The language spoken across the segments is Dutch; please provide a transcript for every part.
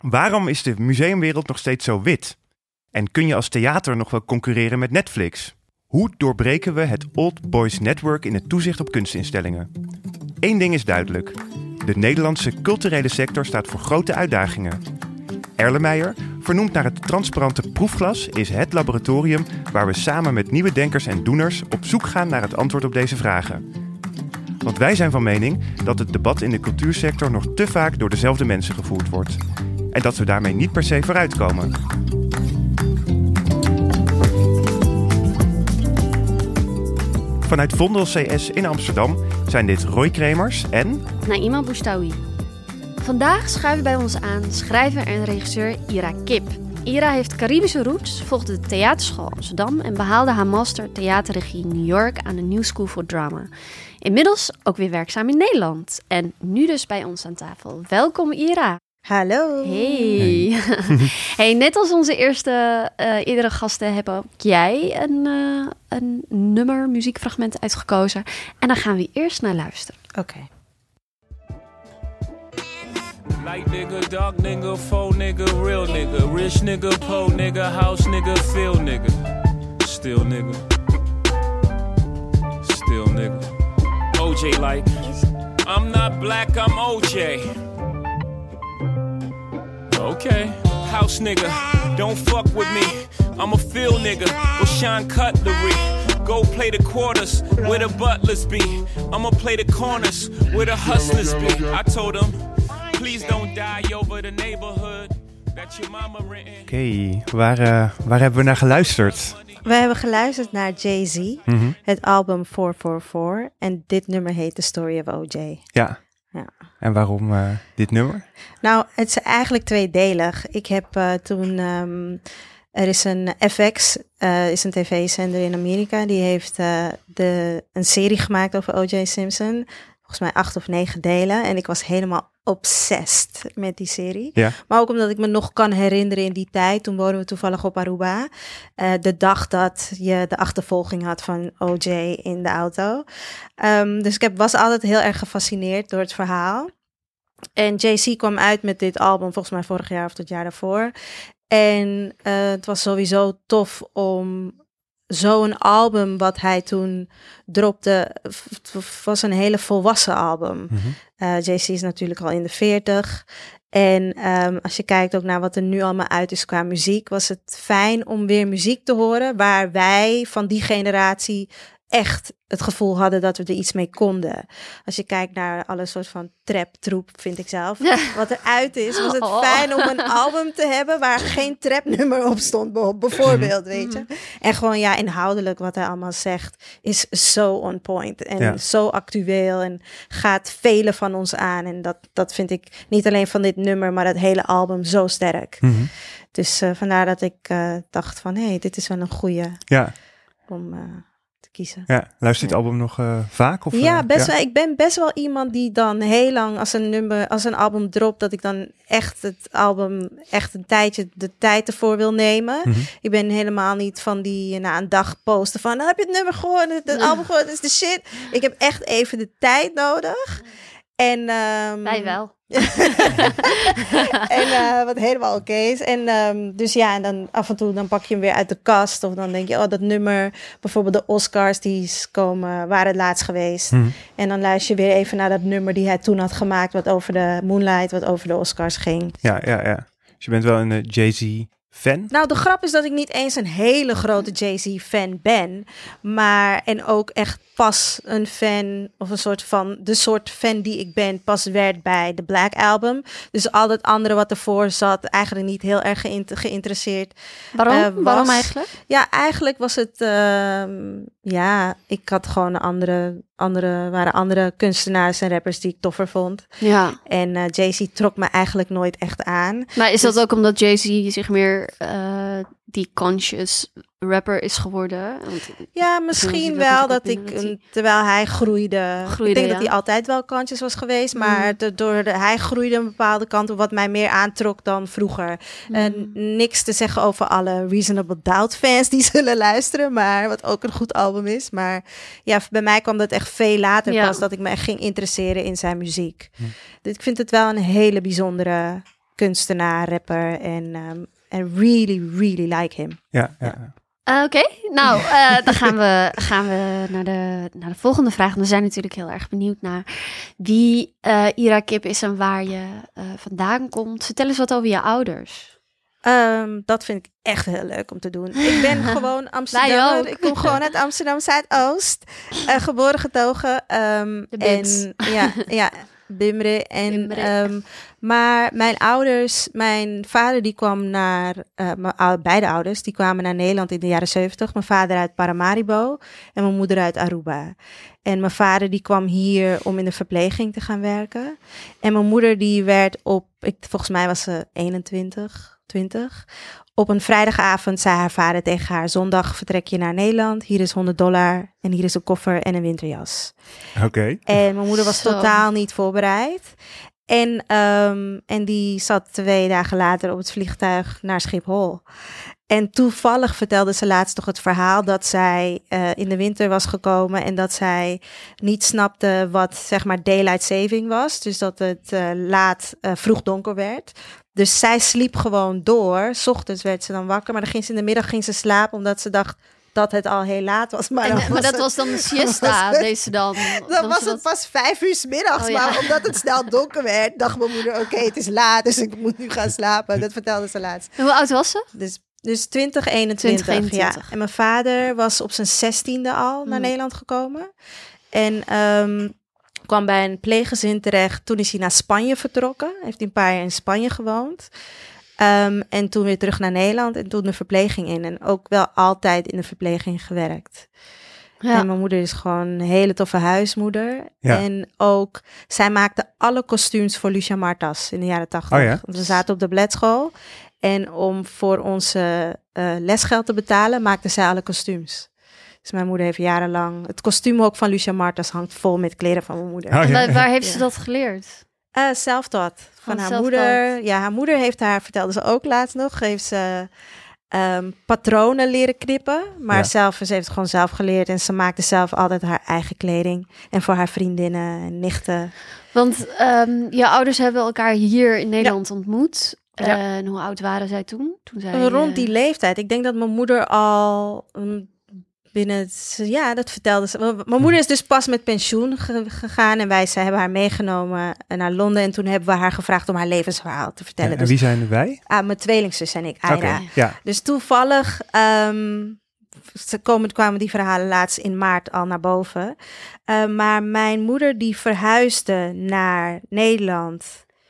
Waarom is de museumwereld nog steeds zo wit? En kun je als theater nog wel concurreren met Netflix? Hoe doorbreken we het Old Boys Network in het toezicht op kunstinstellingen? Eén ding is duidelijk. De Nederlandse culturele sector staat voor grote uitdagingen. Erlenmeyer, vernoemd naar het transparante proefglas, is het laboratorium waar we samen met nieuwe denkers en doeners op zoek gaan naar het antwoord op deze vragen. Want wij zijn van mening dat het debat in de cultuursector nog te vaak door dezelfde mensen gevoerd wordt. En dat we daarmee niet per se vooruitkomen. Vanuit Vondel CS in Amsterdam zijn dit Roy Kremers en Naïma Boustaoui. Vandaag schuiven bij ons aan schrijver en regisseur Ira Kip. Ira heeft Caribische roots, volgde de theaterschool Amsterdam en behaalde haar master theaterregie in New York aan de New School for Drama. Inmiddels ook weer werkzaam in Nederland. En nu dus bij ons aan tafel. Welkom Ira. Hallo. Hey. Hey, net als onze eerdere gasten heb ook jij een nummer, muziekfragment uitgekozen. En daar gaan we eerst naar luisteren. Oké. Light nigga, dark nigga, faux nigga, real nigga, rich nigga, poor nigga, house nigga, feel nigga, still nigga, still nigga. OJ like, I'm not black, I'm OJ. Okay, house nigga, don't fuck with me. I'm a feel nigga, go shine cutlery. Go play the quarters where the butlers be. I'ma play the corners where the hustlers be. I told him, please don't die over the neighborhood that your mama renting. Oké, waar hebben we naar geluisterd? We hebben geluisterd naar Jay-Z, het album 444. En dit nummer heet The Story of OJ. Ja. En waarom dit nummer? Nou, het is eigenlijk tweedelig. Ik heb toen... er is een FX, is een tv-zender in Amerika. Die heeft een serie gemaakt over O.J. Simpson. Volgens mij 8 of 9 delen. En ik was helemaal obsessed met die serie. Ja. Maar ook omdat ik me nog kan herinneren in die tijd. Toen woonden we toevallig op Aruba. De dag dat je de achtervolging had van O.J. in de auto. Dus ik was altijd heel erg gefascineerd door het verhaal. En Jay-Z kwam uit met dit album volgens mij vorig jaar of het jaar daarvoor. En het was sowieso tof om zo'n album wat hij toen dropte, was een hele volwassen album. Jay-Z is natuurlijk al in de 40. En als je kijkt ook naar wat er nu allemaal uit is qua muziek, was het fijn om weer muziek te horen waar wij van die generatie echt het gevoel hadden dat we er iets mee konden. Als je kijkt naar alle soort van trap-troep, vind ik zelf, wat eruit is, was het fijn om een album te hebben waar geen trapnummer op stond, bijvoorbeeld, weet je. En gewoon, ja, inhoudelijk wat hij allemaal zegt, is zo on point en zo actueel en gaat velen van ons aan. En dat vind ik niet alleen van dit nummer, maar het hele album zo sterk. Dus vandaar dat ik dacht van, hey, dit is wel een goeie om... kiezen. Ja, luister je het album nog vaak? Of, ja, best wel. Ik ben best wel iemand die dan heel lang als een album dropt, dat ik dan echt het album echt een tijdje de tijd ervoor wil nemen. Ik ben helemaal niet van die na een dag posten van, heb je het nummer gehoord? Het album gehoord? Dat is de shit. Ik heb echt even de tijd nodig. En wij wel. En wat helemaal oké is. En dus ja, en dan af en toe dan pak je hem weer uit de kast. Of dan denk je, dat nummer, bijvoorbeeld de Oscars, die waren laatst geweest. En dan luister je weer even naar dat nummer die hij toen had gemaakt, wat over de Moonlight, wat over de Oscars ging. Ja. Dus je bent wel een Jay-Z-fan? Nou, de grap is dat ik niet eens een hele grote Jay-Z-fan ben. Maar, en ook echt pas een fan, of de soort fan die ik ben, pas werd bij de Black Album. Dus al het andere wat ervoor zat, eigenlijk niet heel erg geïnteresseerd. Waarom? Waarom eigenlijk? Ja, eigenlijk was het, ik had gewoon andere kunstenaars en rappers die ik toffer vond. Ja. En Jay-Z trok me eigenlijk nooit echt aan. Maar is dat ook omdat Jay-Z zich meer die conscious rapper is geworden? Ja, misschien wel dat terwijl hij groeide ik denk dat hij altijd wel conscious was geweest, maar hij groeide een bepaalde kant op wat mij meer aantrok dan vroeger. Niks te zeggen over alle Reasonable Doubt fans die zullen luisteren, maar wat ook een goed album is. Maar ja, bij mij kwam dat echt veel later pas dat ik me echt ging interesseren in zijn muziek. Dus ik vind het wel een hele bijzondere kunstenaar, rapper en really, really like him. Ja. Oké, nou, dan gaan we naar de volgende vraag. We zijn natuurlijk heel erg benieuwd naar wie Ira Kip is en waar je vandaan komt. Vertel eens wat over je ouders. Dat vind ik echt heel leuk om te doen. Ik ben gewoon Amsterdammer. Ik kom gewoon uit Amsterdam Zuidoost. Geboren getogen. De Bits. Bimre. Maar mijn ouders, mijn vader die kwam beide ouders, die kwamen naar Nederland in de jaren 70. Mijn vader uit Paramaribo en mijn moeder uit Aruba. En mijn vader die kwam hier om in de verpleging te gaan werken. En mijn moeder die werd volgens mij was ze 20. Op een vrijdagavond zei haar vader tegen haar: zondag vertrek je naar Nederland. Hier is $100 en hier is een koffer en een winterjas. Oké. En mijn moeder was totaal niet voorbereid. En die zat 2 dagen later op het vliegtuig naar Schiphol. En toevallig vertelde ze laatst toch het verhaal dat zij in de winter was gekomen en dat zij niet snapte wat zeg maar daylight saving was. Dus dat het vroeg donker werd. Dus zij sliep gewoon door. 's Ochtends werd ze dan wakker, maar dan ging ze in de middag slapen omdat ze dacht dat het al heel laat was. Maar dat was dan de siesta, deze dan. Dan was het pas 5 uur 's middags. Oh, ja. Maar omdat het snel donker werd, dacht mijn moeder: oké, het is laat, dus ik moet nu gaan slapen. Dat vertelde ze laatst. En hoe oud was ze? Dus 2021. 2021. Ja. En mijn vader was op zijn 16e al naar Nederland gekomen. En kwam bij een pleeggezin terecht. Toen is hij naar Spanje vertrokken. Heeft hij een paar jaar in Spanje gewoond. En toen weer terug naar Nederland en toen de verpleging in. En ook wel altijd in de verpleging gewerkt. Ja. En mijn moeder is gewoon een hele toffe huismoeder. Ja. En ook, zij maakte alle kostuums voor Lucia Martas in de jaren 80. Oh ja? Want we zaten op de baledschool. En om voor onze lesgeld te betalen, maakte zij alle kostuums. Dus mijn moeder heeft jarenlang... Het kostuumhok van Lucia Martas hangt vol met kleren van mijn moeder. Oh, ja. Waar heeft ze dat geleerd? Zelftaught van haar moeder. Ja, haar moeder heeft haar, vertelde ze ook laatst nog, heeft ze patronen leren knippen. Maar ze heeft het gewoon zelf geleerd. En ze maakte zelf altijd haar eigen kleding. En voor haar vriendinnen en nichten. Want je ouders hebben elkaar hier in Nederland ontmoet. Ja. En hoe oud waren zij toen zij, rond die leeftijd. Ik denk dat mijn moeder al... dat vertelde ze. Mijn moeder is dus pas met pensioen gegaan en zij hebben haar meegenomen naar Londen en toen hebben we haar gevraagd om haar levensverhaal te vertellen. En wie zijn wij? Mijn tweelingzus en ik, Aira. Okay, ja. Dus toevallig kwamen die verhalen laatst in maart al naar boven. Maar mijn moeder die verhuisde naar Nederland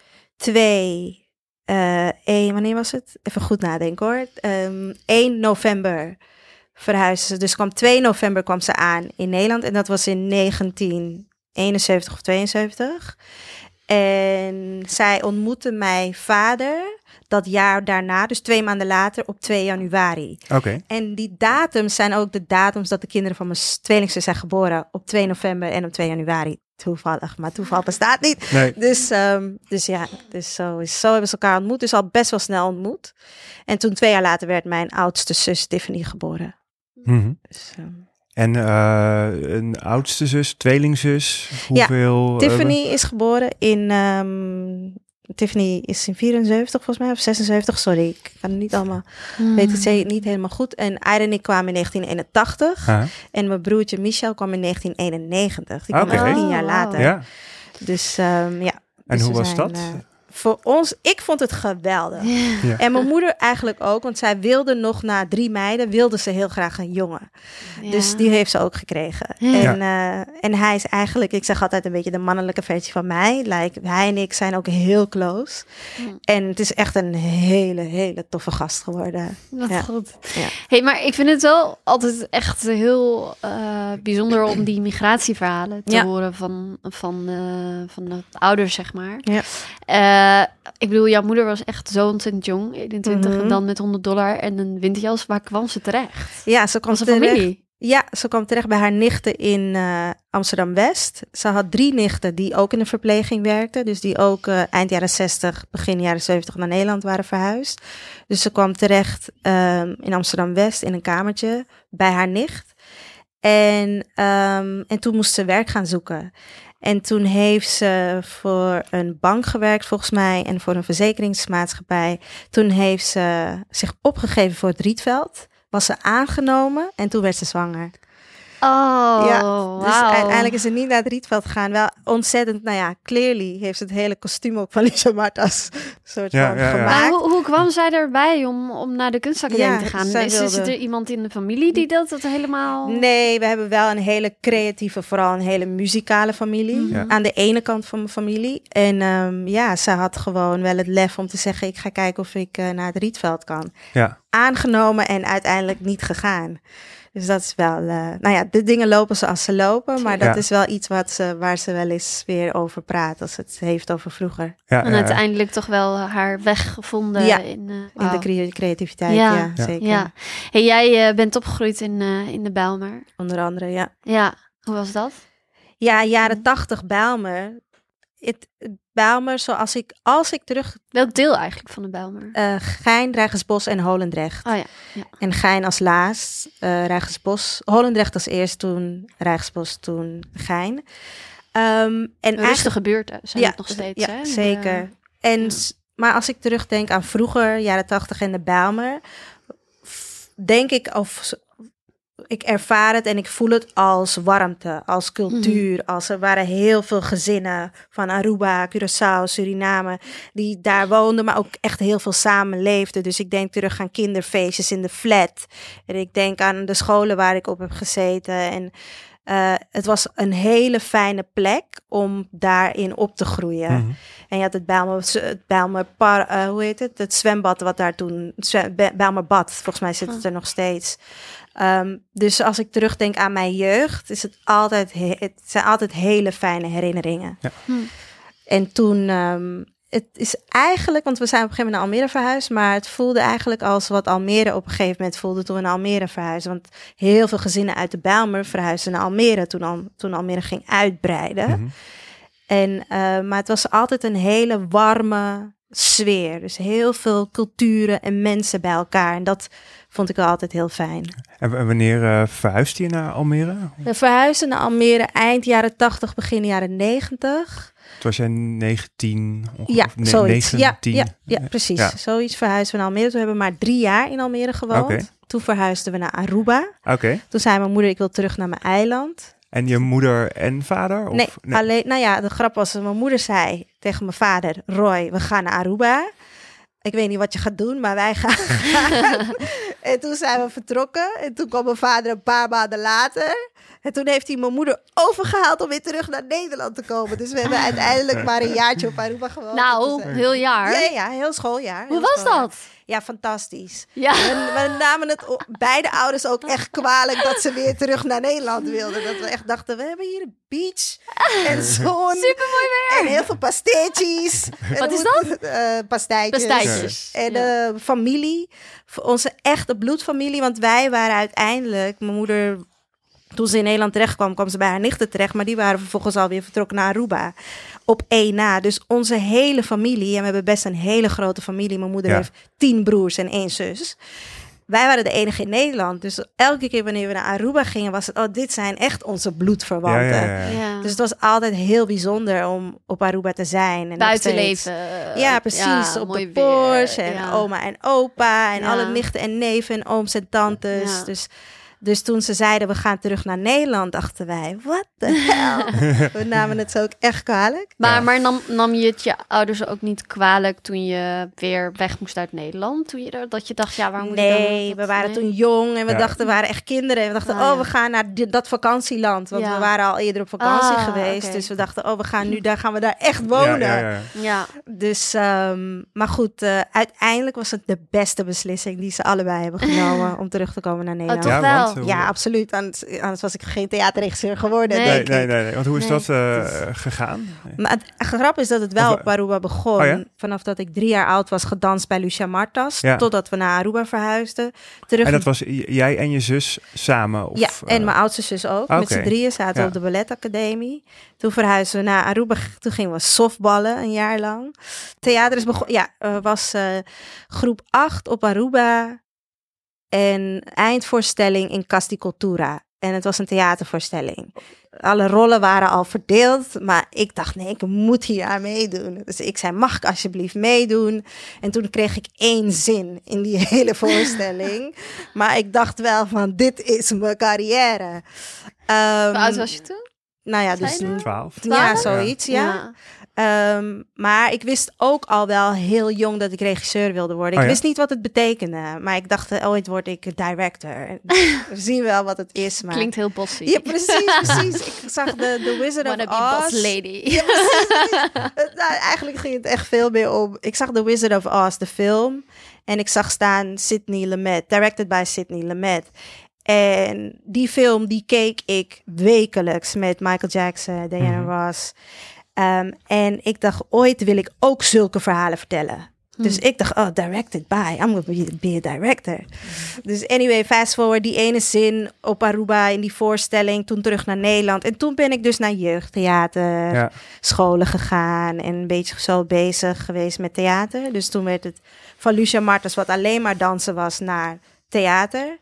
wanneer was het? Even goed nadenken hoor. 1 november verhuisde ze. Dus 2 november kwam ze aan in Nederland. En dat was in 1971 of 72. En zij ontmoette mijn vader dat jaar daarna, dus 2 maanden later, op 2 januari. Okay. En die datums zijn ook de datums dat de kinderen van mijn tweelingzus zijn geboren. Op 2 november en op 2 januari. Toevallig, maar toeval bestaat niet. Nee. Dus zo hebben ze elkaar ontmoet. Dus al best wel snel ontmoet. En toen 2 jaar later werd mijn oudste zus Tiffany geboren. Mm-hmm. Dus, en een oudste zus, tweelingzus, hoeveel? Ja, Tiffany is geboren in... Tiffany is in 74 volgens mij, of 76, sorry. Ik kan het niet allemaal, weet het niet helemaal goed. En Aira en ik kwamen in 1981. En mijn broertje Michel kwam in 1991. Die kwam echt 10 jaar later. Ja. Dus En dus hoe was dat? Voor ons, ik vond het geweldig. Ja. En mijn moeder eigenlijk ook, want zij wilde nog na 3 meiden, wilde ze heel graag een jongen. Ja. Dus die heeft ze ook gekregen. Ja. En hij is eigenlijk, ik zeg altijd een beetje de mannelijke versie van mij. Hij en ik zijn ook heel close. En het is echt een hele, hele toffe gast geworden. Wat goed. Ja. Hey, maar ik vind het wel altijd echt heel bijzonder om die migratieverhalen te horen van de ouders, zeg maar. Ja. Ik bedoel, jouw moeder was echt zo ontzettend jong, 21, en dan met $100 en een winterjas. Waar kwam ze terecht? Ja, ze kwam terecht. Familie? Ja, ze kwam terecht bij haar nichten in Amsterdam-West. Ze had 3 nichten die ook in de verpleging werkten. Dus die ook eind jaren 60, begin jaren 70 naar Nederland waren verhuisd. Dus ze kwam terecht in Amsterdam-West in een kamertje bij haar nicht. En toen moest ze werk gaan zoeken. En toen heeft ze voor een bank gewerkt, volgens mij, en voor een verzekeringsmaatschappij. Toen heeft ze zich opgegeven voor het Rietveld. Was ze aangenomen en toen werd ze zwanger. Oh, Dus uiteindelijk is ze niet naar het Rietveld gegaan. Wel ontzettend, clearly heeft ze het hele kostuum ook van Lisa Martas soort van gemaakt. Maar hoe kwam zij erbij om naar de kunstacademie te gaan? Is er iemand in de familie die dat helemaal... Nee, we hebben wel een hele creatieve, vooral een hele muzikale familie. Ja. Aan de ene kant van mijn familie. En ze had gewoon wel het lef om te zeggen, ik ga kijken of ik naar het Rietveld kan. Ja. Aangenomen en uiteindelijk niet gegaan. Dus dat is wel, de dingen lopen zoals ze lopen. Maar dat is wel iets waar ze wel eens weer over praat. Als het heeft over vroeger. Ja, en uiteindelijk toch wel haar weg gevonden in de creativiteit. Ja, zeker. Ja. Hey, jij bent opgegroeid in de Bijlmer. Onder andere, ja. Ja, hoe was dat? Ja, jaren 80 Bijlmer. Bijlmer, als ik terug... Welk deel eigenlijk van de Bijlmer? Gein, Rijgersbos en Holendrecht. Oh ja. En Gein als laatst, Rijgersbos. Holendrecht als eerst, toen Rijgersbos, toen Gein. En rustige buurten zijn het nog steeds, ja, hè? Zeker. Maar als ik terugdenk aan vroeger, jaren 80 en de Bijlmer, denk ik ik ervaar het en ik voel het als warmte, als cultuur. Als er waren heel veel gezinnen van Aruba, Curaçao, Suriname, die daar woonden, maar ook echt heel veel samenleefden. Dus ik denk terug aan kinderfeestjes in de flat. En ik denk aan de scholen waar ik op heb gezeten. En het was een hele fijne plek om daarin op te groeien. Mm-hmm. En je had het Bijlmer het zwembad wat daar toen... Bijlmerbad, volgens mij zit het er nog steeds. Dus als ik terugdenk aan mijn jeugd, het zijn altijd hele fijne herinneringen. Ja. En toen, het is eigenlijk, want we zijn op een gegeven moment naar Almere verhuisd, maar het voelde eigenlijk als wat Almere op een gegeven moment voelde toen we naar Almere verhuisden. Want heel veel gezinnen uit de Bijlmer verhuisden naar Almere toen Almere ging uitbreiden. Mm-hmm. Maar het was altijd een hele warme sfeer. Dus heel veel culturen en mensen bij elkaar. En dat vond ik wel altijd heel fijn. En wanneer verhuisde je naar Almere? We verhuisden naar Almere eind jaren 80, begin jaren 90. Toen was jij 19? Ja, zoiets. 19. Ja, precies. Ja. Zoiets verhuisden we naar Almere. Toen hebben we maar 3 jaar in Almere gewoond. Okay. Toen verhuisden we naar Aruba. Okay. Toen zei mijn moeder, ik wil terug naar mijn eiland. En je moeder en vader? Of? Nee, alleen, de grap was, mijn moeder zei tegen mijn vader, Roy, we gaan naar Aruba. Ik weet niet wat je gaat doen, maar wij gaan. En toen zijn we vertrokken. En toen kwam mijn vader een paar maanden later. En toen heeft hij mijn moeder overgehaald om weer terug naar Nederland te komen. Dus we hebben uiteindelijk maar een jaartje op Aruba gewoond. Nou, heel jaar? Ja, heel schooljaar. Hoe was dat? Ja, fantastisch. Ja. We namen het beide ouders ook echt kwalijk dat ze weer terug naar Nederland wilden. Dat we echt dachten, we hebben hier een beach en zon. Supermooi weer. En heel veel pasteetjes. Wat is dat? Pastijtjes. En familie. Onze echte bloedfamilie. Want wij waren uiteindelijk, mijn moeder, toen ze in Nederland terecht kwam ze bij haar nichten terecht. Maar die waren vervolgens alweer vertrokken naar Aruba. Op 1 na. Dus onze hele familie, en we hebben best een hele grote familie. Mijn moeder heeft 10 broers en 1 zus. Wij waren de enige in Nederland. Dus elke keer wanneer we naar Aruba gingen, was het, dit zijn echt onze bloedverwanten. Ja. Dus het was altijd heel bijzonder om op Aruba te zijn. En buitenleven. Ja, precies. Op de Porsche en oma en opa en alle nichten en neven en ooms en tantes. Ja. Dus toen ze zeiden, we gaan terug naar Nederland, dachten wij, what the hell? We namen het zo ook echt kwalijk. Maar nam je het je ouders ook niet kwalijk toen je weer weg moest uit Nederland? Dat je dacht, waar moet ik dan? Nee, we waren toen jong en we dachten, we waren echt kinderen. En we dachten, we gaan naar dat vakantieland. Want we waren al eerder op vakantie geweest. Okay. Dus we dachten, we gaan nu, gaan we echt wonen. Ja. Dus, maar goed, uiteindelijk was het de beste beslissing die ze allebei hebben genomen om terug te komen naar Nederland. Toch wel? Ja, absoluut. Anders was ik geen theaterregisseur geworden. Nee. Want hoe is dat gegaan? Maar het grap is dat het wel op Aruba begon. Oh, ja? Vanaf dat ik 3 jaar oud was, gedanst bij Lucia Martas. Totdat we naar Aruba verhuisden. En dat was jij en je zus samen? Of, ja, en mijn oudste zus ook. Met z'n 3 zaten we op de balletacademie. Toen verhuisden we naar Aruba. Toen gingen we softballen een jaar lang. Theater is begonnen. Was groep 8 op Aruba. En eindvoorstelling in Casticultura. En het was een theatervoorstelling. Alle rollen waren al verdeeld, maar ik dacht, nee, ik moet hier aan meedoen. Dus ik zei, mag ik alsjeblieft meedoen? En toen kreeg ik 1 zin in die hele voorstelling. Maar ik dacht wel van, dit is mijn carrière. Hoe oud was je toen? Nou ja, dus 12. Ja, zoiets, ja. Maar ik wist ook al wel heel jong dat ik regisseur wilde worden. Ik wist niet wat het betekende, maar ik dacht, ooit word ik director. We zien wel wat het is. Maar... Klinkt heel bossy. Ja, precies. Ik zag The Wizard of Oz. Boss lady. Ja, precies. Nou, eigenlijk ging het echt veel meer om. Ik zag The Wizard of Oz, de film. En ik zag staan Sidney Lumet, directed by Sidney Lumet. En die film, die keek ik wekelijks met Michael Jackson, Diana Ross. En ik dacht, ooit wil ik ook zulke verhalen vertellen. Dus ik dacht, directed by, I'm gonna be a director. Dus anyway, fast forward, die ene zin op Aruba in die voorstelling, toen terug naar Nederland. En toen ben ik dus naar jeugdtheater, scholen gegaan en een beetje zo bezig geweest met theater. Dus toen werd het van Lucia Martens, wat alleen maar dansen was, naar theater.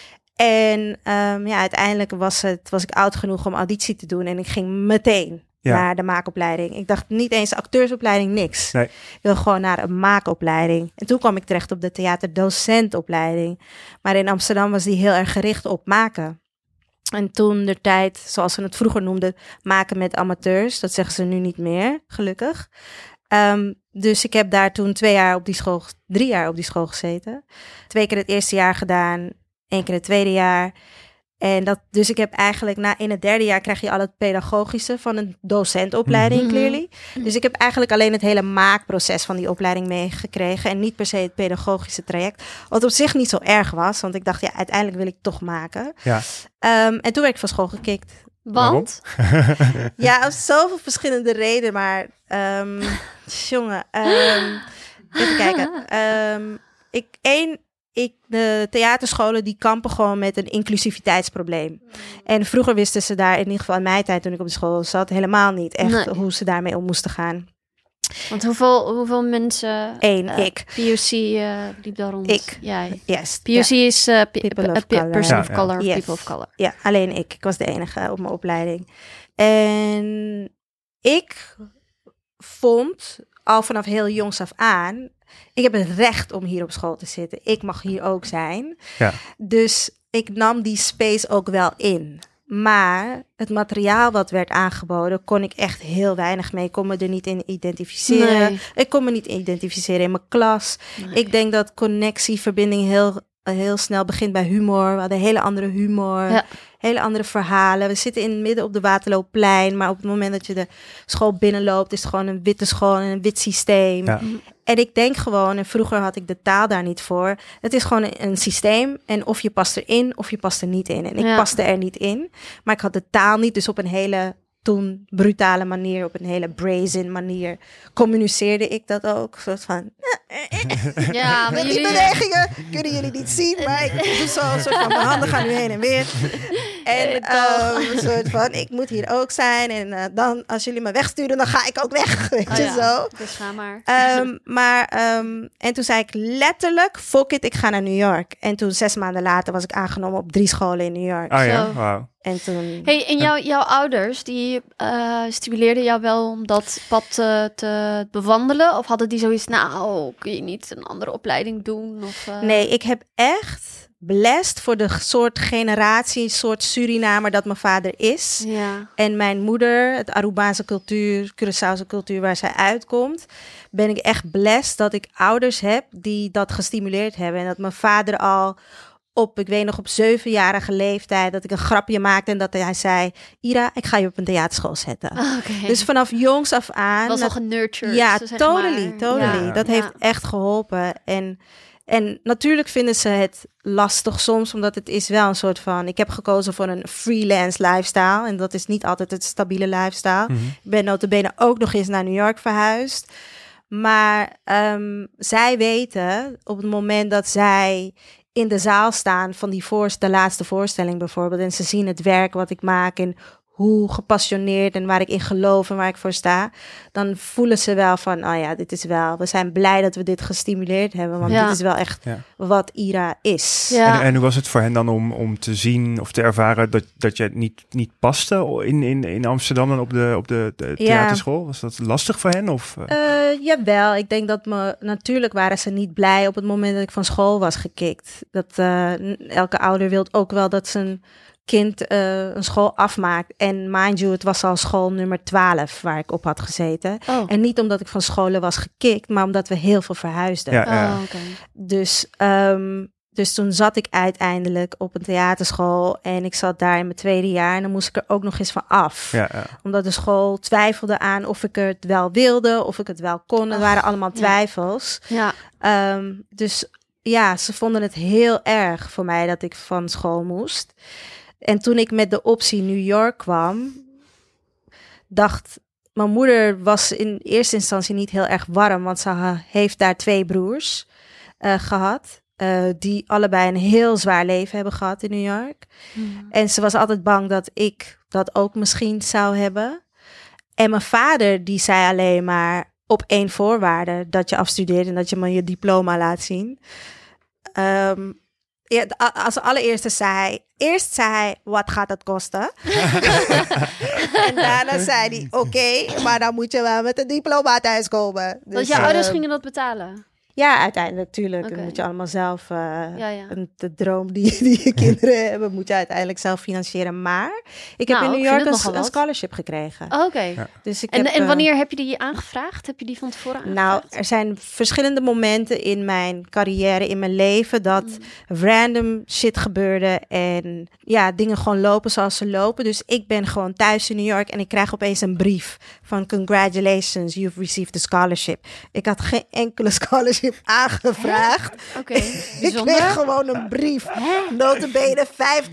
En uiteindelijk was ik oud genoeg om auditie te doen en ik ging meteen naar de maakopleiding. Ik dacht niet eens acteursopleiding, niks. Nee. Ik wil gewoon naar een maakopleiding. En toen kwam ik terecht op de theaterdocentopleiding. Maar in Amsterdam was die heel erg gericht op maken. En toen de tijd, zoals ze het vroeger noemden, maken met amateurs. Dat zeggen ze nu niet meer, gelukkig. Dus ik heb daar toen 3 jaar op die school gezeten. 2 keer het eerste jaar gedaan, 1 keer het tweede jaar. En dus ik heb eigenlijk in het 3e jaar krijg je al het pedagogische van een docentopleiding, clearly. Dus ik heb eigenlijk alleen het hele maakproces van die opleiding meegekregen en niet per se het pedagogische traject. Wat op zich niet zo erg was, want ik dacht, uiteindelijk wil ik toch maken. Ja. En toen werd ik van school gekikt. Want? Ja, om zoveel verschillende redenen, maar jongen, even kijken. De theaterscholen die kampen gewoon met een inclusiviteitsprobleem. En vroeger wisten ze daar, in ieder geval in mijn tijd toen ik op de school zat, helemaal niet echt hoe ze daarmee om moesten gaan. Want hoeveel mensen... ik. POC liep daar rond. Ik. Jij. Yes. POC is person of color, yes. people of color. Ja, alleen ik. Ik was de enige op mijn opleiding. En ik vond al vanaf heel jongs af aan, ik heb het recht om hier op school te zitten. Ik mag hier ook zijn. Ja. Dus ik nam die space ook wel in. Maar het materiaal wat werd aangeboden, kon ik echt heel weinig mee. Ik kon me er niet in identificeren. Nee. Ik kon me niet identificeren in mijn klas. Nee. Ik denk dat connectie, verbinding heel snel begint bij humor. We hadden hele andere humor, hele andere verhalen. We zitten in het midden op de Waterloopplein, maar op het moment dat je de school binnenloopt, is het gewoon een witte school en een wit systeem. Ja. En ik denk gewoon, en vroeger had ik de taal daar niet voor, het is gewoon een systeem en of je past erin of je past er niet in. En ik paste er niet in, maar ik had de taal niet, dus op een hele toen brutale manier, op een hele brazen manier communiceerde ik dat ook. Soort van, ja, maar die bewegingen kunnen jullie niet zien, maar ik doe zo een soort van, mijn handen gaan nu heen en weer. En een soort van, ik moet hier ook zijn en dan, als jullie me wegsturen, dan ga ik ook weg, weet je zo. Dus ga maar. En toen zei ik letterlijk, fuck it, ik ga naar New York. En toen 6 maanden later was ik aangenomen op 3 scholen in New York. Oh ja, wauw. En toen... Hey, en jouw ouders, die stimuleerden jou wel om dat pad te bewandelen? Of hadden die zoiets, kun je niet een andere opleiding doen? Of, Nee, ik heb echt blessed voor de soort generatie, soort Surinamer dat mijn vader is. Ja. En mijn moeder, het Arubaanse cultuur, Curaçaose cultuur waar zij uitkomt, ben ik echt blessed dat ik ouders heb die dat gestimuleerd hebben. En dat mijn vader al ik weet nog op 7-jarige leeftijd, dat ik een grapje maakte en dat hij zei, Ira, ik ga je op een theaterschool zetten. Okay. Dus vanaf jongs af aan. Was al genurtured. Ja, zeg totally. Ja. Dat heeft echt geholpen. En natuurlijk vinden ze het lastig soms, omdat het is wel een soort van, ik heb gekozen voor een freelance lifestyle en dat is niet altijd het stabiele lifestyle. Mm-hmm. Ik ben nota bene ook nog eens naar New York verhuisd. Maar zij weten op het moment dat zij in de zaal staan van de laatste voorstelling bijvoorbeeld, en ze zien het werk wat ik maak en hoe gepassioneerd en waar ik in geloof en waar ik voor sta, dan voelen ze wel van, we zijn blij dat we dit gestimuleerd hebben, want dit is wel echt wat IRA is. Ja. En hoe was het voor hen dan om te zien of te ervaren dat je niet paste in Amsterdam dan op de theaterschool? Was dat lastig voor hen? Of? Jawel, ik denk dat natuurlijk waren ze niet blij op het moment dat ik van school was gekikt. Dat elke ouder wil ook wel dat zijn kind een school afmaakt. En mind you, het was al school nummer 12 waar ik op had gezeten. Oh. En niet omdat ik van scholen was gekikt, maar omdat we heel veel verhuisden. Ja. Okay. Dus toen zat ik uiteindelijk op een theaterschool en ik zat daar in mijn tweede jaar en dan moest ik er ook nog eens van af. Ja. Omdat de school twijfelde aan of ik het wel wilde, of ik het wel kon. Het waren allemaal twijfels. Ja. Dus ja, ze vonden het heel erg voor mij dat ik van school moest. En toen ik met de optie New York kwam, mijn moeder was in eerste instantie niet heel erg warm, want ze heeft daar 2 broers gehad. Die allebei een heel zwaar leven hebben gehad in New York. Mm. En ze was altijd bang dat ik dat ook misschien zou hebben. En mijn vader die zei alleen maar op 1 voorwaarde dat je afstudeert en dat je me je diploma laat zien. Als allereerste zei hij, wat gaat het kosten? En daarna zei hij, oké, maar dan moet je wel met een diploma thuiskomen. Dus, want jouw ouders gingen dat betalen? Ja, uiteindelijk, tuurlijk. Okay. Dan moet je allemaal zelf, de droom die je kinderen hebben, moet je uiteindelijk zelf financieren. Maar ik heb in New York een scholarship gekregen. Oh, oké. Ja. Dus en wanneer heb je die aangevraagd? Heb je die van tevoren aangevraagd? Nou, er zijn verschillende momenten in mijn carrière, in mijn leven, dat random shit gebeurde en dingen gewoon lopen zoals ze lopen. Dus ik ben gewoon thuis in New York en ik krijg opeens een brief van congratulations, you've received a scholarship. Ik had geen enkele scholarship aangevraagd. Oké, ik kreeg gewoon een brief. Notabene 50%.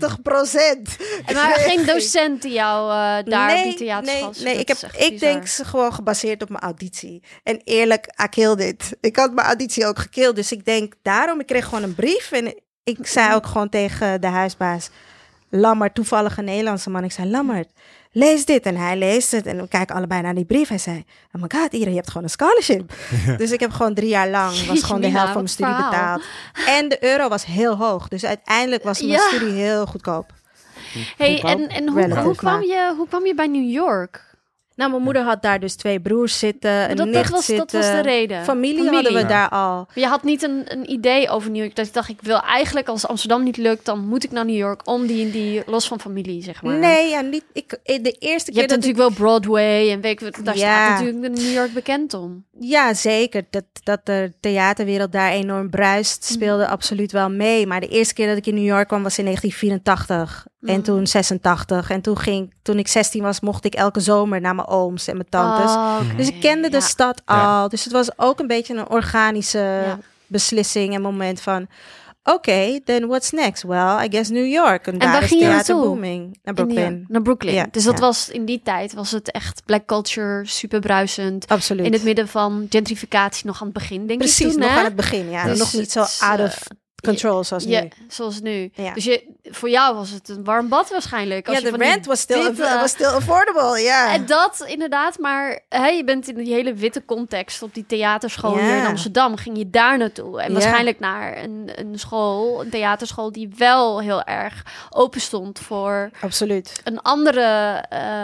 Maar geen docent die jou daar op die theaterschool... Nee, ik denk ze gewoon gebaseerd op mijn auditie. En eerlijk, I killed it. Ik had mijn auditie ook gekilld. Dus ik denk daarom, ik kreeg gewoon een brief. En ik zei ook gewoon tegen de huisbaas, Lammert, toevallig een Nederlandse man. Ik zei, Lammert, lees dit. En hij leest het en we kijken allebei naar die brief. Hij zei, oh my god, Ira, je hebt gewoon een scholarship. Ja. Dus ik heb gewoon 3 jaar lang, was gewoon de helft van mijn studie betaald. En de euro was heel hoog. Dus uiteindelijk was mijn studie heel goedkoop. Hey, en hoe kwam je bij New York? Nou, mijn moeder had daar dus 2 broers zitten, een nicht zitten. Dat was de reden. Familie hadden we daar al. Je had niet een idee over New York. Dat je dacht, ik wil eigenlijk, als Amsterdam niet lukt, dan moet ik naar New York om die los van familie, zeg maar. Nee, niet. De eerste keer. Je hebt natuurlijk wel Broadway en weet ik, daar staat natuurlijk New York bekend om. Ja, zeker. Dat de theaterwereld daar enorm bruist, speelde absoluut wel mee. Maar de eerste keer dat ik in New York kwam was in 1984. En toen 86. En toen ik 16 was, mocht ik elke zomer naar mijn ooms en mijn tantes. Okay. Dus ik kende de stad al. Ja. Dus het was ook een beetje een organische beslissing en moment van, oké, then what's next? Well, I guess New York. En daar is theater booming. Naar Brooklyn. Naar Brooklyn. Ja. Dus dat was in die tijd, was het echt black culture, super bruisend. Absoluut. In het midden van gentrificatie nog aan het begin, denk ik. Precies, nog hè? aan het begin, ja. Dus nog niet zo out of control zoals nu. Zoals nu. Ja. Dus voor jou was het een warm bad waarschijnlijk. Als de rent was still affordable, ja. En dat inderdaad, maar je bent in die hele witte context op die theaterschool hier in Amsterdam. Ging je daar naartoe? En waarschijnlijk naar een theaterschool die wel heel erg open stond voor absoluut een andere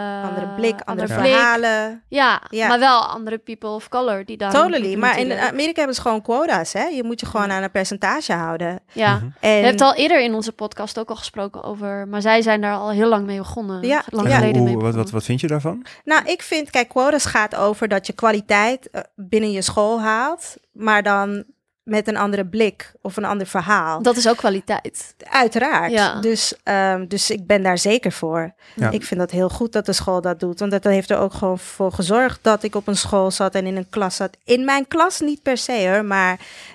blik, andere verhalen. Ja, maar wel andere people of color die daar. Totally, maar in Amerika hebben ze gewoon quota's, hè? Je moet je gewoon aan een percentage houden. Ja, je hebt al eerder in onze podcast ook al gesproken over, maar zij zijn daar al heel lang mee begonnen. Ja, lang geleden mee begonnen. Wat vind je daarvan? Nou, ik vind, kijk, quotas gaat over dat je kwaliteit binnen je school haalt, maar dan met een andere blik of een ander verhaal. Dat is ook kwaliteit. Uiteraard. Ja. Dus ik ben daar zeker voor. Ja. Ik vind dat heel goed dat de school dat doet. Want dat heeft er ook gewoon voor gezorgd dat ik op een school zat en in een klas zat. In mijn klas niet per se hoor, maar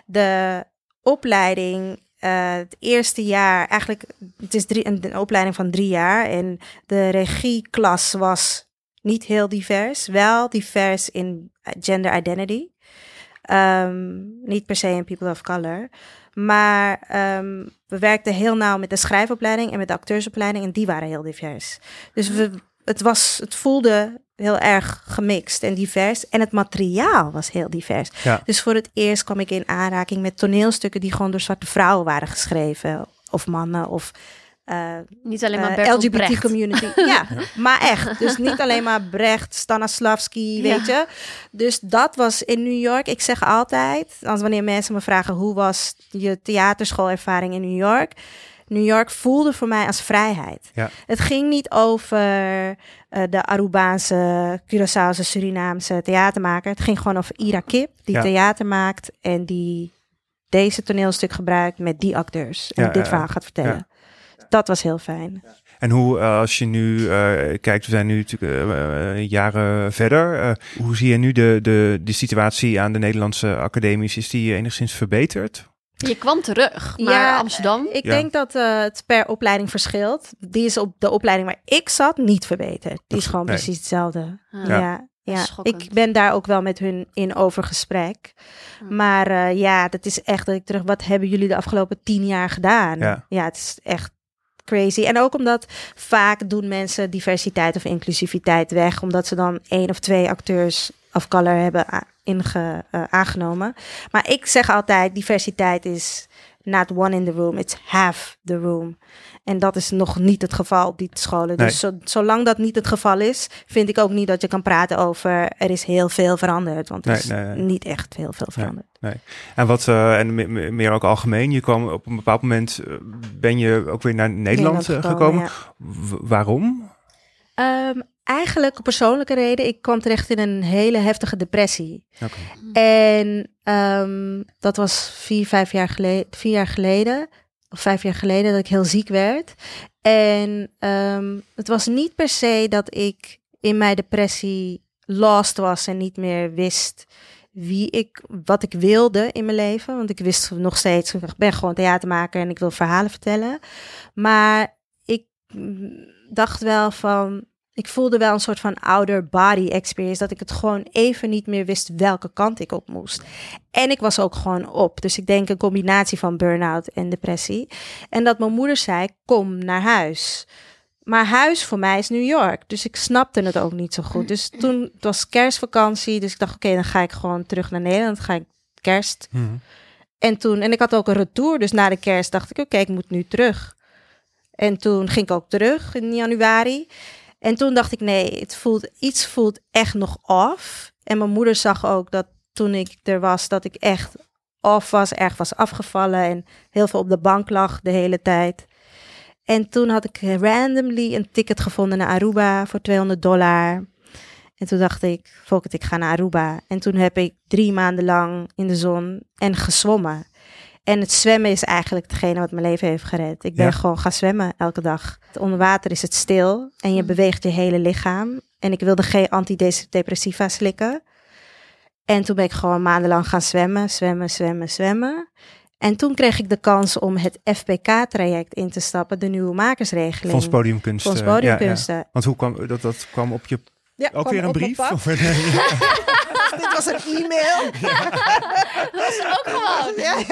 de opleiding, het eerste jaar, eigenlijk, het is een opleiding van 3 jaar en de regieklas was niet heel divers, wel divers in gender identity, niet per se in people of color, maar we werkten heel nauw met de schrijfopleiding en met de acteursopleiding en die waren heel divers. Dus het voelde heel erg gemixt en divers. En het materiaal was heel divers. Ja. Dus voor het eerst kwam ik in aanraking met toneelstukken die gewoon door zwarte vrouwen waren geschreven. Of mannen, of Niet alleen maar Bertolt LGBT Brecht. community. Ja, maar echt. Dus niet alleen maar Brecht, Stanislavski, weet je. Dus dat was in New York. Ik zeg altijd, als wanneer mensen me vragen hoe was je theaterschoolervaring in New York. New York voelde voor mij als vrijheid. Ja. Het ging niet over de Arubaanse, Curaçaose, Surinaamse theatermaker. Het ging gewoon over Ira Kip, die theater maakt en die deze toneelstuk gebruikt met die acteurs. En dit verhaal gaat vertellen. Ja. Dat was heel fijn. En hoe, als je nu kijkt, we zijn nu natuurlijk jaren verder. Hoe zie je nu de situatie aan de Nederlandse academies? Is die enigszins verbeterd? Je kwam terug naar Amsterdam. Ik denk dat het per opleiding verschilt. Die is op de opleiding waar ik zat niet verbeterd. Die is gewoon precies hetzelfde. Ja. Ik ben daar ook wel met hun in over gesprek. Maar dat is echt dat ik terug... Wat hebben jullie de afgelopen 10 jaar gedaan? Ja, het is echt crazy. En ook omdat vaak doen mensen diversiteit of inclusiviteit weg. Omdat ze dan 1 of 2 acteurs of color hebben aangenomen. Maar ik zeg altijd, diversiteit is not one in the room, it's half the room. En dat is nog niet het geval op die scholen. Nee. Dus zolang dat niet het geval is, vind ik ook niet dat je kan praten over er is heel veel veranderd. Want er is niet echt heel veel veranderd. Nee. En wat en meer ook algemeen, je kwam op een bepaald moment, ben je ook weer naar Nederland gekomen. Ja. Waarom? Eigenlijk een persoonlijke reden. Ik kwam terecht in een hele heftige depressie. En dat was 5 jaar geleden. Of 5 jaar geleden dat ik heel ziek werd. En het was niet per se dat ik in mijn depressie lost was en niet meer wist wat ik wilde in mijn leven. Want ik wist nog steeds, ik ben gewoon theatermaker en ik wil verhalen vertellen. Maar ik dacht wel van, ik voelde wel een soort van outer body experience, dat ik het gewoon even niet meer wist welke kant ik op moest. En ik was ook gewoon op. Dus ik denk een combinatie van burn-out en depressie. En dat mijn moeder zei, kom naar huis. Maar huis voor mij is New York. Dus ik snapte het ook niet zo goed. Dus toen, het was kerstvakantie. Dus ik dacht, oké, dan ga ik gewoon terug naar Nederland. Dan ga ik kerst. Mm-hmm. En ik had ook een retour. Dus na de kerst dacht ik, oké, ik moet nu terug. En toen ging ik ook terug in januari. En toen dacht ik, nee, iets voelt echt nog off. En mijn moeder zag ook dat toen ik er was, dat ik echt off was, erg was afgevallen en heel veel op de bank lag de hele tijd. En toen had ik randomly een ticket gevonden naar Aruba voor $200. En toen dacht ik, fuck it, ik ga naar Aruba. En toen heb ik 3 maanden lang in de zon en gezwommen. En het zwemmen is eigenlijk hetgene wat mijn leven heeft gered. Ik ben gewoon gaan zwemmen elke dag. Onder water is het stil en je beweegt je hele lichaam. En ik wilde geen antidepressiva slikken. En toen ben ik gewoon maandenlang gaan zwemmen. En toen kreeg ik de kans om het FPK-traject in te stappen, de nieuwe makersregeling. Fonds Podiumkunsten. Ja. Want hoe kwam dat kwam op je... Ja, ook weer een brief? Dit was een e-mail. Dat is ook gewoon.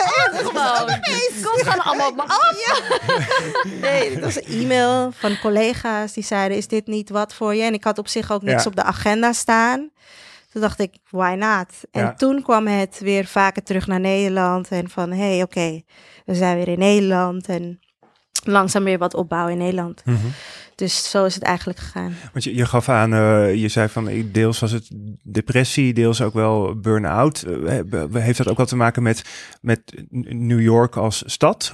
Komt gewoon allemaal op me af. Nee, dit was een e-mail van collega's die zeiden, is dit niet wat voor je? En ik had op zich ook niks op de agenda staan. Toen dacht ik, why not? En toen kwam het weer vaker terug naar Nederland. En van, oké, we zijn weer in Nederland. En langzaam weer wat opbouwen in Nederland. Mm-hmm. Dus zo is het eigenlijk gegaan. Want je gaf aan, je zei van deels was het depressie, deels ook wel burn-out. Heeft dat ook wat te maken met New York als stad?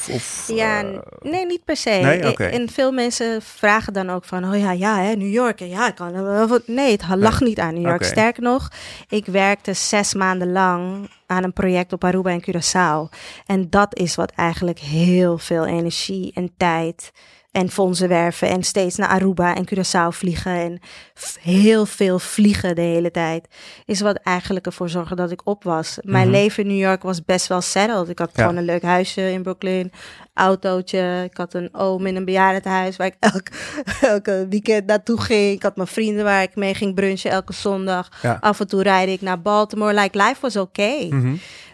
Nee, niet per se. Nee? Okay. En veel mensen vragen dan ook van, New York. Ja, ik kan wel. Nee, het lag niet aan New York. Okay. Sterker nog, ik werkte 6 maanden lang aan een project op Aruba en Curaçao. En dat is wat eigenlijk heel veel energie en tijd en fondsen werven en steeds naar Aruba en Curaçao vliegen en heel veel vliegen de hele tijd, is wat eigenlijk ervoor zorgde dat ik op was. Mijn leven in New York was best wel settled. Ik had gewoon een leuk huisje in Brooklyn, autootje. Ik had een oom in een bejaardentehuis waar ik elke weekend naartoe ging. Ik had mijn vrienden waar ik mee ging brunchen elke zondag. Ja. Af en toe rijdde ik naar Baltimore. Life was okay.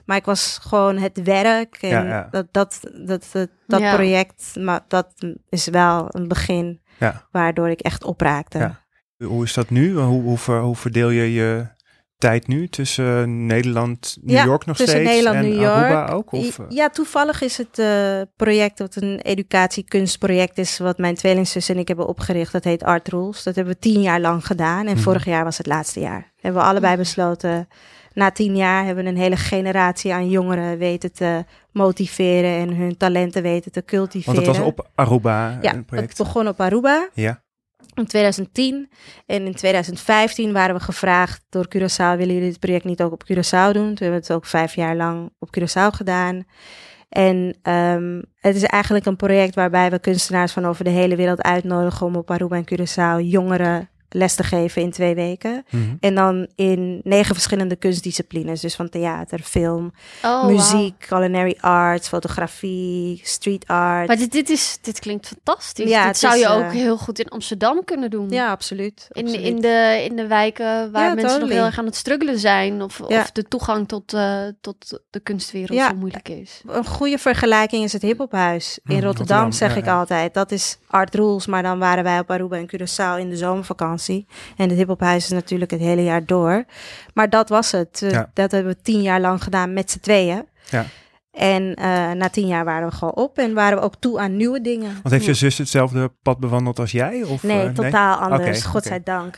Maar ik was gewoon het werk en dat Ja. project, maar dat is wel een begin waardoor ik echt opraakte. Ja. Hoe is dat nu? Hoe verdeel je je tijd nu tussen Nederland, New York nog steeds Nederland, en New York. Aruba ook? Of? Ja, toevallig is het project wat een educatie-kunstproject is, wat mijn tweelingzus en ik hebben opgericht. Dat heet Art Rules. Dat hebben we 10 jaar lang gedaan en vorig jaar was het laatste jaar. Hebben we allebei besloten, na 10 jaar hebben we een hele generatie aan jongeren weten te motiveren en hun talenten weten te cultiveren. Want dat was op Aruba Ja, een project? het begon op Aruba. Ja. In 2010 en in 2015 waren we gevraagd door Curaçao, willen jullie dit project niet ook op Curaçao doen? Toen hebben we het ook 5 jaar lang op Curaçao gedaan. En het is eigenlijk een project waarbij we kunstenaars van over de hele wereld uitnodigen om op Aruba en Curaçao jongeren les te geven in 2 weken. Mm-hmm. En dan in 9 verschillende kunstdisciplines. Dus van theater, film, Oh, muziek, culinary arts, fotografie, street art. Maar dit klinkt fantastisch. Ja, dit het zou is, je ook heel goed in Amsterdam kunnen doen. Ja, absoluut. In de wijken waar mensen nog heel erg aan het struggelen zijn. Of de toegang tot de kunstwereld zo moeilijk is. Een goede vergelijking is het hiphophuis. In Rotterdam zeg ik altijd. Dat is Art Rules, maar dan waren wij op Aruba en Curaçao in de zomervakantie. En het hiphophuis is natuurlijk het hele jaar door. Maar dat was het. Dat hebben we 10 jaar lang gedaan met z'n tweeën. Ja. En na 10 jaar waren we gewoon op en waren we ook toe aan nieuwe dingen. Want heeft je zus hetzelfde pad bewandeld als jij? Of, nee, totaal anders. Okay, godzijdank.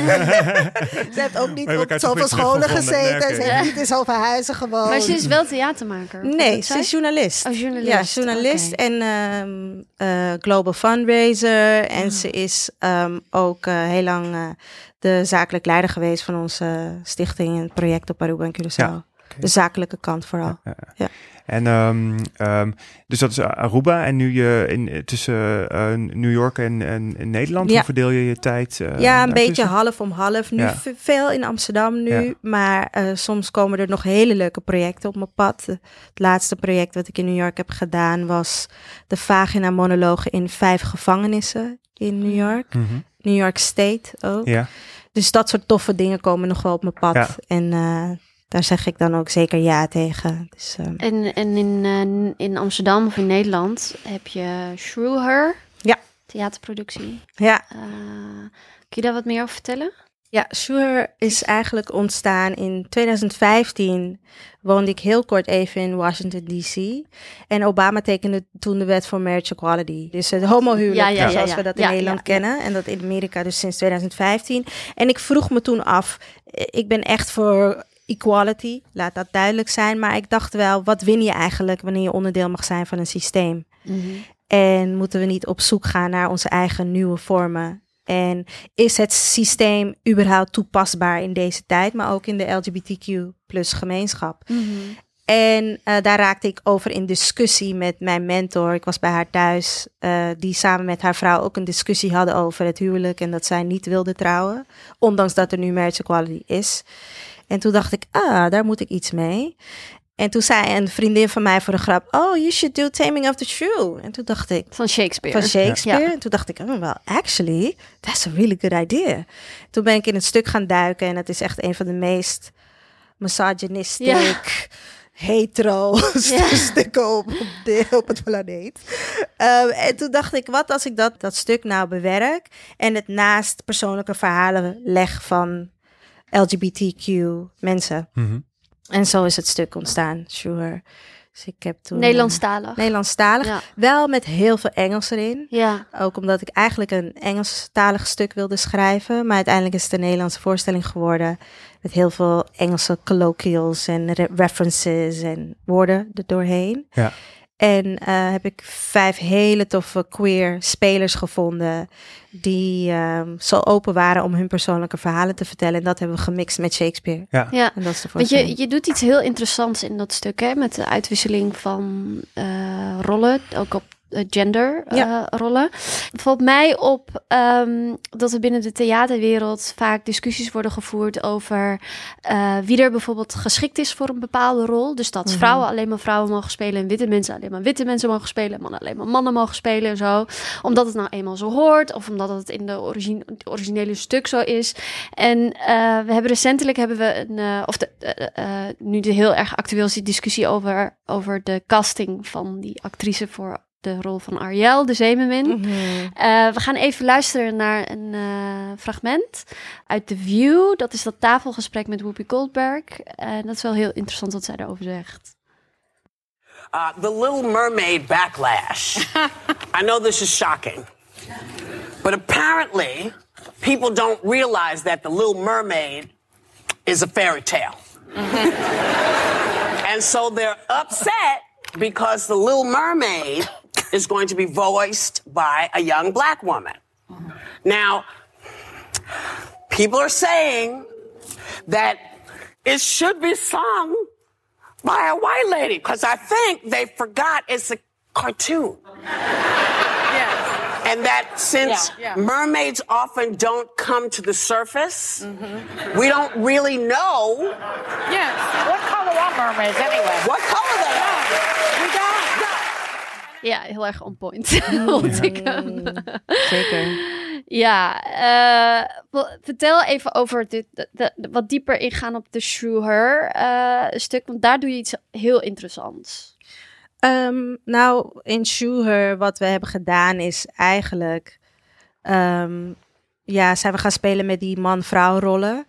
Ze heeft ook niet op zoveel scholen gezeten. Nee, Ze heeft niet in zoveel huizen gewoond. Maar ze is wel theatermaker? Nee, ze is journalist. Oh, journalist. Ja, journalist en global fundraiser. En ze is ook heel lang de zakelijk leider geweest van onze stichting en het project op Aruba en Curaçao. Ja, okay. De zakelijke kant vooral. Ja. En dus dat is Aruba en nu je tussen New York en Nederland, hoe verdeel je je tijd? Een beetje half om half. Nu veel in Amsterdam nu, maar soms komen er nog hele leuke projecten op mijn pad. Het laatste project wat ik in New York heb gedaan was de vagina monologen in 5 gevangenissen in New York. Mm-hmm. New York State ook. Ja. Dus dat soort toffe dingen komen nog wel op mijn pad. Ja. En daar zeg ik dan ook zeker ja tegen. Dus, En in Amsterdam of in Nederland heb je Schroer. Ja. Theaterproductie. Ja. Kun je daar wat meer over vertellen? Ja, Schroer is eigenlijk ontstaan in 2015. Woonde ik heel kort even in Washington D.C. En Obama tekende toen de wet voor marriage equality. Dus het homohuwelijk, zoals we dat in Nederland kennen. En dat in Amerika dus sinds 2015. En ik vroeg me toen af, ik ben echt voor equality, laat dat duidelijk zijn. Maar ik dacht wel, wat win je eigenlijk wanneer je onderdeel mag zijn van een systeem? Mm-hmm. En moeten we niet op zoek gaan naar onze eigen nieuwe vormen? En is het systeem überhaupt toepasbaar in deze tijd, maar ook in de LGBTQ+ gemeenschap? Mm-hmm. En daar raakte ik over in discussie met mijn mentor. Ik was bij haar thuis, die samen met haar vrouw ook een discussie hadden over het huwelijk en dat zij niet wilde trouwen, ondanks dat er nu marriage equality is. En toen dacht ik, daar moet ik iets mee. En toen zei een vriendin van mij voor de grap, oh, you should do Taming of the Shrew. En toen dacht ik... Van Shakespeare. Ja. En toen dacht ik, well, actually, that's a really good idea. Toen ben ik in het stuk gaan duiken en het is echt een van de meest misogynistic, hetero stukken op het planeet. En toen dacht ik, wat als ik dat stuk nou bewerk en het naast persoonlijke verhalen leg van LGBTQ mensen. Mm-hmm. En zo is het stuk ontstaan, Sure. Dus ik heb toen... Nederlandstalig. Ja. Wel met heel veel Engels erin. Ja. Ook omdat ik eigenlijk een Engelstalig stuk wilde schrijven. Maar uiteindelijk is het een Nederlandse voorstelling geworden. Met heel veel Engelse colloquials en references en woorden er doorheen. Ja. En heb ik 5 hele toffe queer spelers gevonden die zo open waren om hun persoonlijke verhalen te vertellen. En dat hebben we gemixt met Shakespeare. Ja. En dat is de voorstelling. Want je doet iets heel interessants in dat stuk, hè? Met de uitwisseling van rollen, ook op genderrollen. Het valt mij op dat er binnen de theaterwereld vaak discussies worden gevoerd over wie er bijvoorbeeld geschikt is voor een bepaalde rol. Dus dat vrouwen alleen maar vrouwen mogen spelen en witte mensen alleen maar witte mensen mogen spelen en mannen alleen maar mannen mogen spelen en zo. Omdat het nou eenmaal zo hoort of omdat het in de originele stuk zo is. En we hebben recentelijk nu de heel erg actueel is die discussie over de casting van die actrice voor de rol van Ariel, de Zeemermin. We gaan even luisteren naar een fragment uit The View. Dat is dat tafelgesprek met Whoopi Goldberg. En dat is wel heel interessant wat zij daarover zegt. The Little Mermaid backlash. I know this is shocking. But apparently, people don't realize that The Little Mermaid is a fairy tale. And so they're upset because The Little Mermaid is going to be voiced by a young black woman. Now, people are saying that it should be sung by a white lady because I think they forgot it's a cartoon. And that since mermaids often don't come to the surface, we don't really know. Yes. What color are mermaids anyway? What color they are? We don't. Ja, heel erg on point. Zeker. Ja, vertel even over wat dieper ingaan op de Shrew Her stuk, want daar doe je iets heel interessants. Nou, in Shrew Her, wat we hebben gedaan is eigenlijk zijn we gaan spelen met die man-vrouw rollen.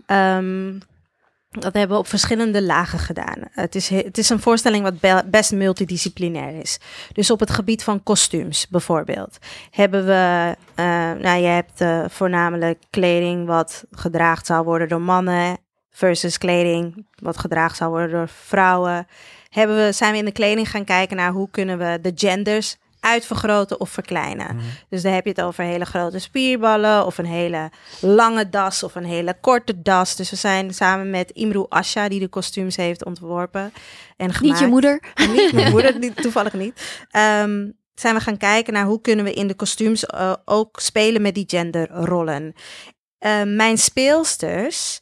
Dat hebben we op verschillende lagen gedaan. Het is een voorstelling wat best multidisciplinair is. Dus op het gebied van kostuums bijvoorbeeld hebben we... je hebt voornamelijk kleding wat gedraagd zou worden door mannen versus kleding wat gedraagd zou worden door vrouwen. Zijn we in de kleding gaan kijken naar hoe kunnen we de genders uitvergroten of verkleinen. Dus dan heb je het over hele grote spierballen of een hele lange das of een hele korte das. Dus we zijn samen met Imru Asha, die de kostuums heeft ontworpen en gemaakt. Niet je moeder? Niet mijn moeder, toevallig niet. Zijn we gaan kijken naar hoe kunnen we in de kostuums ook spelen met die genderrollen. Mijn speelsters,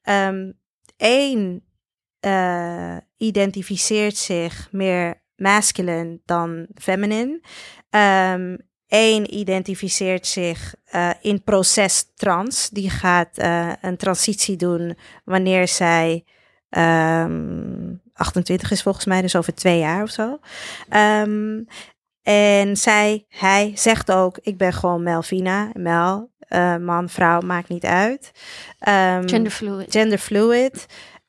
identificeert zich meer masculine dan feminine. Eén identificeert zich in proces trans. Die gaat een transitie doen wanneer zij 28 is volgens mij, dus over 2 jaar of zo. En hij zegt ook, ik ben gewoon Melvina. Mel, man, vrouw, maakt niet uit. Genderfluid.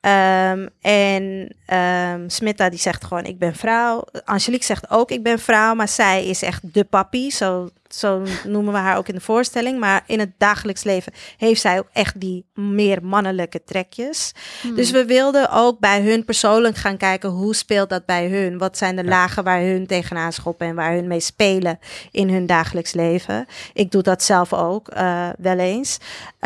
Smita die zegt gewoon, ik ben vrouw. Angelique zegt ook, ik ben vrouw. Maar zij is echt de papi. Zo noemen we haar ook in de voorstelling. Maar in het dagelijks leven heeft zij ook echt die meer mannelijke trekjes. Dus we wilden ook bij hun persoonlijk gaan kijken, hoe speelt dat bij hun? Wat zijn de lagen waar hun tegenaan schoppen en waar hun mee spelen in hun dagelijks leven? Ik doe dat zelf ook wel eens.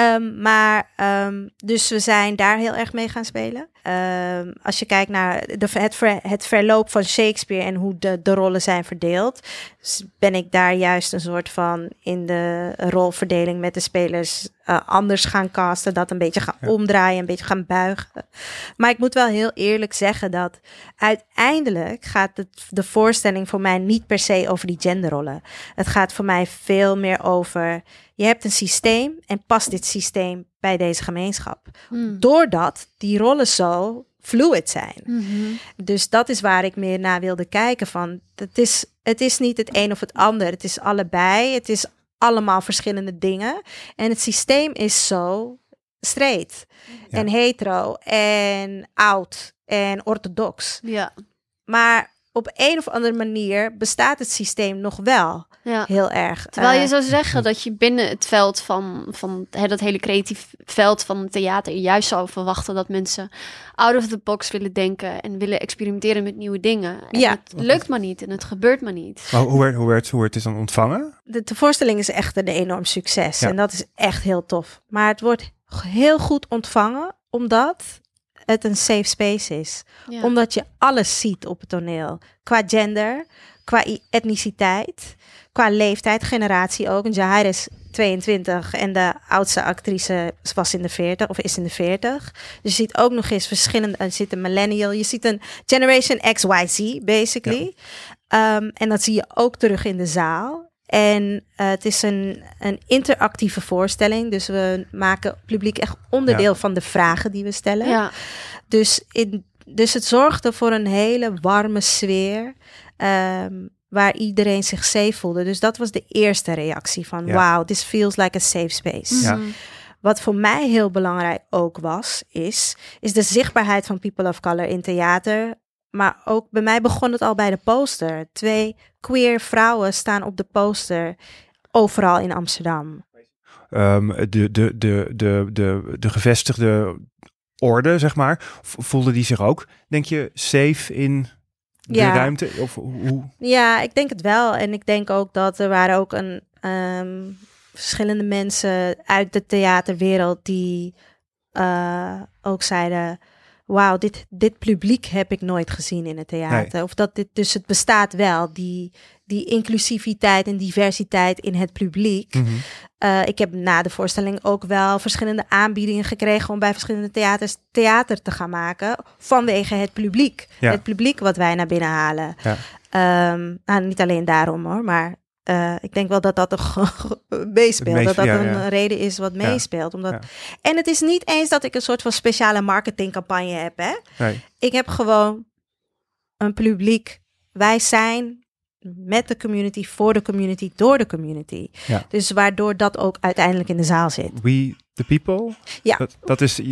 Dus we zijn daar heel erg mee gaan spelen. Als je kijkt naar het verloop van Shakespeare en hoe de rollen zijn verdeeld, ben ik daar juist een soort van in de rolverdeling met de spelers anders gaan casten, dat een beetje gaan omdraaien, een beetje gaan buigen. Maar ik moet wel heel eerlijk zeggen dat uiteindelijk gaat de voorstelling voor mij niet per se over die genderrollen. Het gaat voor mij veel meer over, je hebt een systeem en past dit systeem bij deze gemeenschap. Doordat die rollen zo fluid zijn. Dus dat is waar ik meer naar wilde kijken van. Het is niet het een of het ander. Het is allebei. Het is allemaal verschillende dingen. En het systeem is zo straight en hetero en oud en orthodox. Ja. Maar op een of andere manier bestaat het systeem nog wel heel erg. Terwijl je zou zeggen dat je binnen het veld van dat hele creatief veld van het theater juist zou verwachten dat mensen out of the box willen denken en willen experimenteren met nieuwe dingen. En het lukt maar niet en het gebeurt maar niet. Maar hoe werd het dan ontvangen? De voorstelling is echt een enorm succes en dat is echt heel tof. Maar het wordt heel goed ontvangen omdat het een safe space is. Ja. Omdat je alles ziet op het toneel. Qua gender, qua etniciteit, qua leeftijd, generatie ook. En Jahaira is 22 en de oudste actrice was in de 40 of is in de 40. Dus je ziet ook nog eens verschillende... Je ziet een millennial, je ziet een Generation XYZ, basically. En dat zie je ook terug in de zaal. En het is een interactieve voorstelling. Dus we maken het publiek echt onderdeel van de vragen die we stellen. Ja. Dus het zorgde voor een hele warme sfeer. Waar iedereen zich safe voelde. Dus dat was de eerste reactie van... wow, this feels like a safe space. Ja. Wat voor mij heel belangrijk ook was... is de zichtbaarheid van people of color in theater... Maar ook bij mij begon het al bij de poster. 2 queer vrouwen staan op de poster overal in Amsterdam. De gevestigde orde, zeg maar, voelde die zich ook, denk je, safe in de ruimte? Of hoe? Ja, ik denk het wel. En ik denk ook dat er waren ook verschillende mensen uit de theaterwereld die ook zeiden... wauw, dit publiek heb ik nooit gezien in het theater. Nee. Of dat dus het bestaat wel, die inclusiviteit en diversiteit in het publiek. Mm-hmm. Ik heb na de voorstelling ook wel verschillende aanbiedingen gekregen om bij verschillende theaters theater te gaan maken vanwege het publiek. Ja. Het publiek wat wij naar binnen halen. Ja. Niet alleen daarom hoor, maar ik denk wel dat meespeelt. Dat een reden is wat meespeelt. Omdat... En het is niet eens dat ik een soort van speciale marketingcampagne heb. Hè? Nee. Ik heb gewoon een publiek. Wij zijn met de community, voor de community, door de community. Ja. Dus waardoor dat ook uiteindelijk in de zaal zit. We the people? Ja. Dat is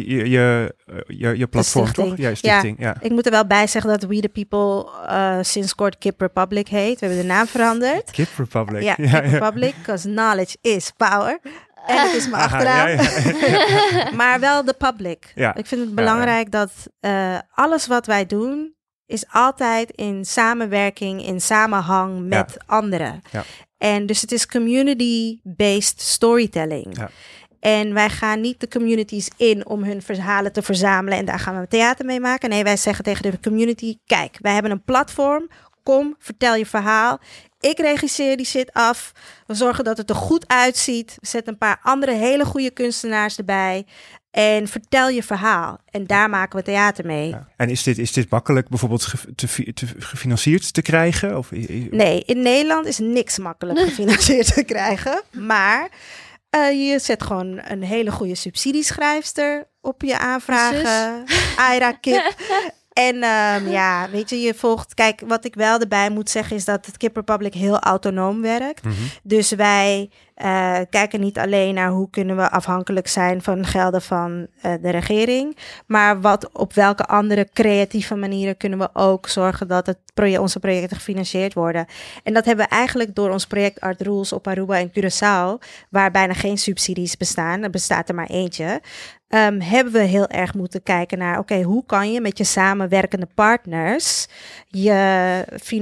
je platform, toch? Ja, stichting. Ja. Ik moet er wel bij zeggen dat We the People sinds kort Kip Republic heet. We hebben de naam veranderd. Kip Republic. Ja, Kip Republic, because knowledge is power. En het is mijn achternaam. Ja. Maar wel the public. Ja. Ik vind het belangrijk dat alles wat wij doen... is altijd in samenwerking, in samenhang met anderen. Ja. En dus het is community-based storytelling. Ja. En wij gaan niet de communities in om hun verhalen te verzamelen... en daar gaan we theater mee maken. Nee, wij zeggen tegen de community... kijk, wij hebben een platform. Kom, vertel je verhaal. Ik regisseer die shit af. We zorgen dat het er goed uitziet. We zetten een paar andere hele goede kunstenaars erbij... En vertel je verhaal. En daar maken we theater mee. Ja. En is dit makkelijk bijvoorbeeld gefinancierd te krijgen? Of... Nee, in Nederland is niks makkelijk gefinancierd te krijgen. Maar je zet gewoon een hele goede subsidieschrijfster op je aanvragen. Ira Kip. En weet je volgt... Kijk, wat ik wel erbij moet zeggen is dat het Kip Republic heel autonoom werkt. Mm-hmm. Dus wij kijken niet alleen naar hoe kunnen we afhankelijk zijn van gelden van de regering. Maar op welke andere creatieve manieren kunnen we ook zorgen dat onze projecten gefinancierd worden. En dat hebben we eigenlijk door ons project Art Rules op Aruba en Curaçao, waar bijna geen subsidies bestaan. Er bestaat er maar eentje. Hebben we heel erg moeten kijken naar... oké, hoe kan je met je samenwerkende partners... je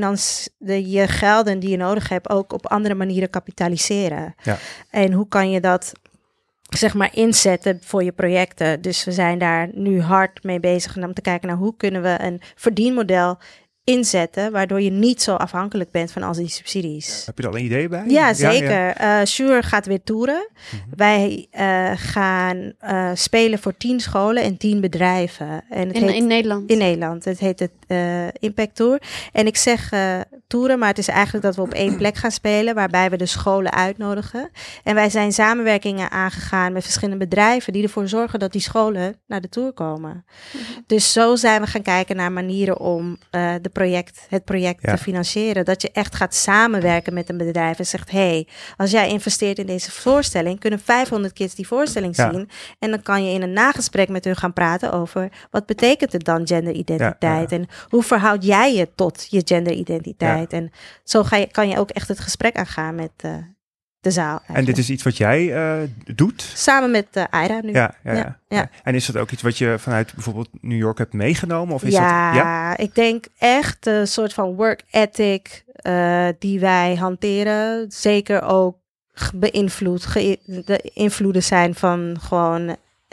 gelden die je nodig hebt... ook op andere manieren kapitaliseren. Ja. En hoe kan je dat zeg maar inzetten voor je projecten? Dus we zijn daar nu hard mee bezig... om te kijken naar hoe kunnen we een verdienmodel... inzetten, waardoor je niet zo afhankelijk bent van al die subsidies. Heb je er al een idee bij? Ja, zeker. Shure gaat weer toeren. Mm-hmm. Wij gaan spelen voor 10 scholen en 10 bedrijven. En het in Nederland? In Nederland. Het heet het Impact Tour. En ik zeg toeren, maar het is eigenlijk dat we op 1 plek gaan spelen, waarbij we de scholen uitnodigen. En wij zijn samenwerkingen aangegaan met verschillende bedrijven die ervoor zorgen dat die scholen naar de tour komen. Mm-hmm. Dus zo zijn we gaan kijken naar manieren om het project te financieren. Dat je echt gaat samenwerken met een bedrijf en zegt, hey, als jij investeert in deze voorstelling, kunnen 500 kids die voorstelling zien. En dan kan je in een nagesprek met hun gaan praten over wat betekent het dan genderidentiteit en hoe verhoud jij je tot je genderidentiteit. En zo kan je ook echt het gesprek aangaan met de zaal. Eigenlijk. En dit is iets wat jij doet? Samen met Ira nu. Ja. En is dat ook iets wat je vanuit bijvoorbeeld New York hebt meegenomen? Of is ik denk echt een soort van work ethic die wij hanteren. Zeker ook beïnvloed. De invloeden zijn van gewoon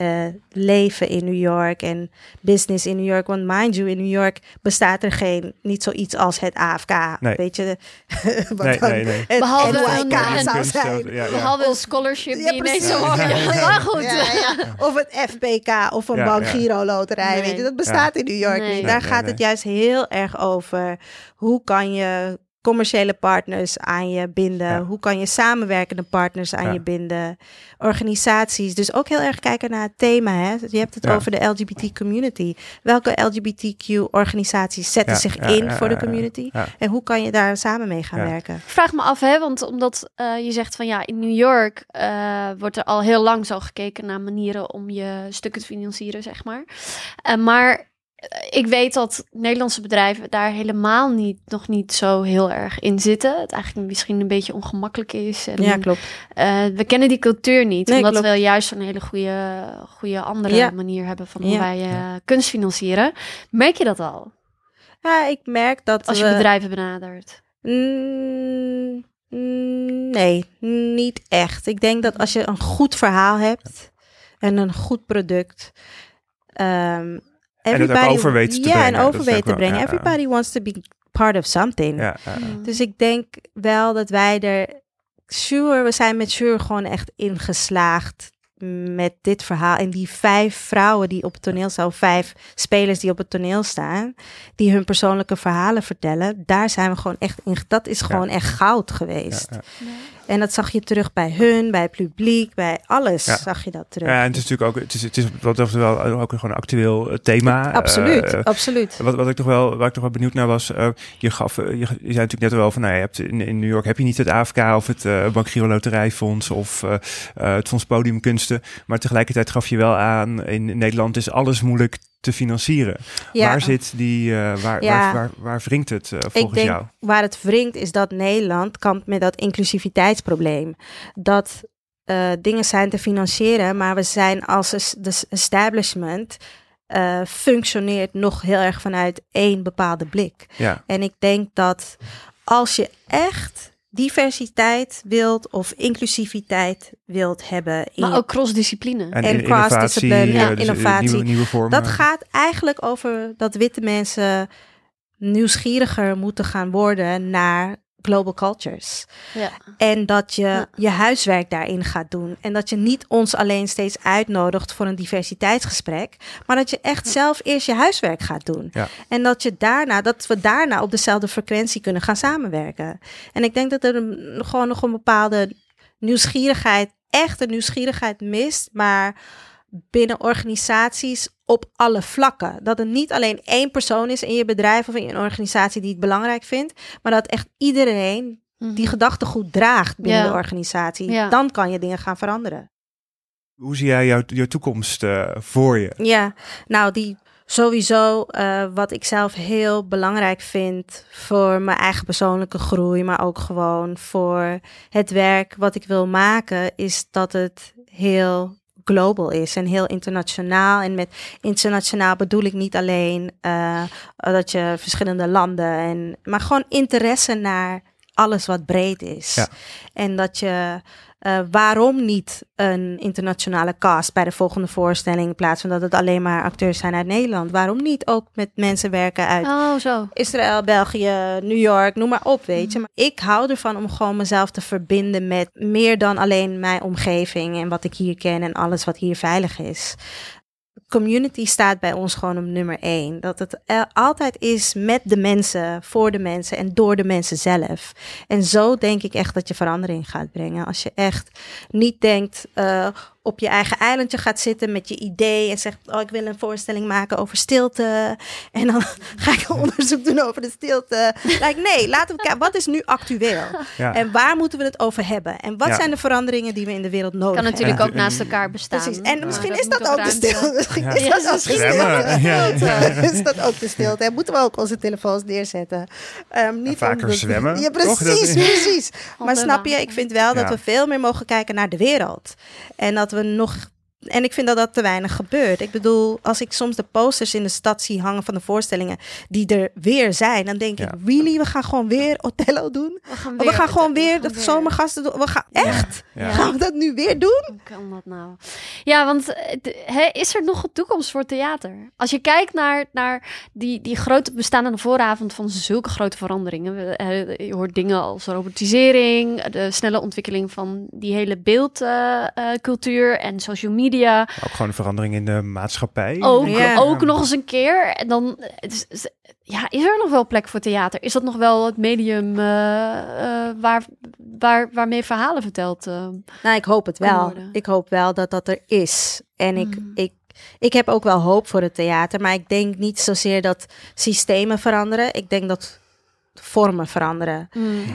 leven in New York en business in New York. Want mind you, in New York bestaat er niet zoiets als het AFK. Nee. Weet je? Nee. Behalve NYK een zou zijn. Behalve een scholarship die ineens zo precies. Maar goed. Ja. Of het FPK of een Bank Giro loterij. Nee. Weet je, dat bestaat in New York Nee. niet. Daar Nee, gaat nee. het juist heel erg over. Hoe kan je commerciële partners aan je binden? Ja. Hoe kan je samenwerkende partners aan Ja. je binden? Organisaties. Dus ook heel erg kijken naar het thema. Hè? Je hebt het over de LGBT community. Welke LGBTQ-organisaties zetten zich in voor de community? Ja. En hoe kan je daar samen mee gaan werken? Ik vraag me af, want omdat je zegt van in New York wordt er al heel lang zo gekeken naar manieren om je stukken te financieren, zeg maar. Maar ik weet dat Nederlandse bedrijven daar helemaal nog niet zo heel erg in zitten. Het eigenlijk misschien een beetje ongemakkelijk is. En, Ja, klopt. We kennen die cultuur niet, Nee, omdat klopt. we juist een hele goede andere manier hebben van hoe wij kunst financieren. Merk je dat al? Ja, ik merk dat Als je bedrijven benadert. Nee, niet echt. Ik denk dat als je een goed verhaal hebt en een goed product. En het ook over weet te brengen. En over Dat is weet ook te wel- brengen. ja. Everybody wants to be part of something. Ja. Dus ik denk wel dat wij we zijn met Shure gewoon echt ingeslaagd met dit verhaal. En die 5 vrouwen die op het toneel staan, 5 spelers die op het toneel staan, die hun persoonlijke verhalen vertellen, daar zijn we gewoon echt in. Dat is gewoon echt goud geweest. Ja. En dat zag je terug bij hun, bij het publiek, bij alles zag je dat terug. Ja, en het is natuurlijk ook, het is wat dat wel ook gewoon een actueel thema. Absoluut. Waar ik toch wel benieuwd naar was, je zei natuurlijk net wel van, je hebt in New York heb je niet het AFK of het Bank Giro Loterijfonds of het Fonds Podiumkunsten, maar tegelijkertijd gaf je wel aan, in Nederland is alles moeilijk te financieren. Ja. Waar zit die, waar wringt het volgens jou? Ik denk waar het wringt is dat Nederland kampt met dat inclusiviteitsprobleem. Dat dingen zijn te financieren, maar we zijn als de establishment functioneert nog heel erg vanuit één bepaalde blik. Ja. En ik denk dat als je echt diversiteit wilt of inclusiviteit wilt hebben. Maar ook cross-discipline. En cross-discipline, dus innovatie. Nieuwe vormen. Dat gaat eigenlijk over dat witte mensen nieuwsgieriger moeten gaan worden naar global cultures. Ja. En dat je je huiswerk daarin gaat doen. En dat je niet ons alleen steeds uitnodigt voor een diversiteitsgesprek, maar dat je echt zelf eerst je huiswerk gaat doen. Ja. En dat we daarna op dezelfde frequentie kunnen gaan samenwerken. En ik denk dat er gewoon nog een bepaalde echte nieuwsgierigheid mist, maar binnen organisaties op alle vlakken. Dat het niet alleen één persoon is in je bedrijf of in een organisatie die het belangrijk vindt, maar dat echt iedereen die gedachtegoed draagt binnen de organisatie. Ja. Dan kan je dingen gaan veranderen. Hoe zie jij jouw toekomst voor je? Ja, nou die sowieso wat ik zelf heel belangrijk vind voor mijn eigen persoonlijke groei, maar ook gewoon voor het werk wat ik wil maken, is dat het heel global is en heel internationaal. En met internationaal bedoel ik niet alleen dat je verschillende landen maar gewoon interesse naar alles wat breed is. Ja. En dat je waarom niet een internationale cast bij de volgende voorstelling in plaats van dat het alleen maar acteurs zijn uit Nederland? Waarom niet ook met mensen werken uit zo. Israël, België, New York, noem maar op, weet je. Maar ik hou ervan om gewoon mezelf te verbinden met meer dan alleen mijn omgeving en wat ik hier ken en alles wat hier veilig is. Community staat bij ons gewoon op nummer 1. Dat het altijd is met de mensen, voor de mensen en door de mensen zelf. En zo denk ik echt dat je verandering gaat brengen. Als je echt niet denkt op je eigen eilandje gaat zitten met je idee en zegt, ik wil een voorstelling maken over stilte. En dan ga ik een onderzoek doen over de stilte. Nee, laten we kijken, wat is nu actueel? Ja. En waar moeten we het over hebben? En wat zijn de veranderingen die we in de wereld nodig Kan hebben? natuurlijk ook naast elkaar bestaan. Precies. En misschien Maar is dat ook de stilte. Misschien is dat ook de Zwemmen. stilte. Is dat ook de stilte? En moeten we ook onze telefoons neerzetten? Niet vaker zwemmen, Ja, toch? precies. Maar snap je, ik vind wel dat Ja. we veel meer mogen kijken naar de wereld. En dat we nog En ik vind dat te weinig gebeurt. Ik bedoel, als ik soms de posters in de stad zie hangen van de voorstellingen die er weer zijn, dan denk ik, really? We gaan gewoon weer Othello doen? We gaan gewoon weer de zomergasten doen? We gaan echt? Ja. Gaan we dat nu weer doen? Hoe kan dat nou? Ja, want is er nog een toekomst voor theater? Als je kijkt naar die grote bestaande vooravond van zulke grote veranderingen. Je hoort dingen als robotisering, de snelle ontwikkeling van die hele beeldcultuur en social media. Ook gewoon een verandering in de maatschappij. Ook nog eens een keer. En dan is er nog wel plek voor theater? Is dat nog wel het medium waarmee verhalen verteld? Nou, ik hoop het wel. Ik hoop wel dat er is. En ik heb ook wel hoop voor het theater, maar ik denk niet zozeer dat systemen veranderen. Ik denk dat vormen veranderen.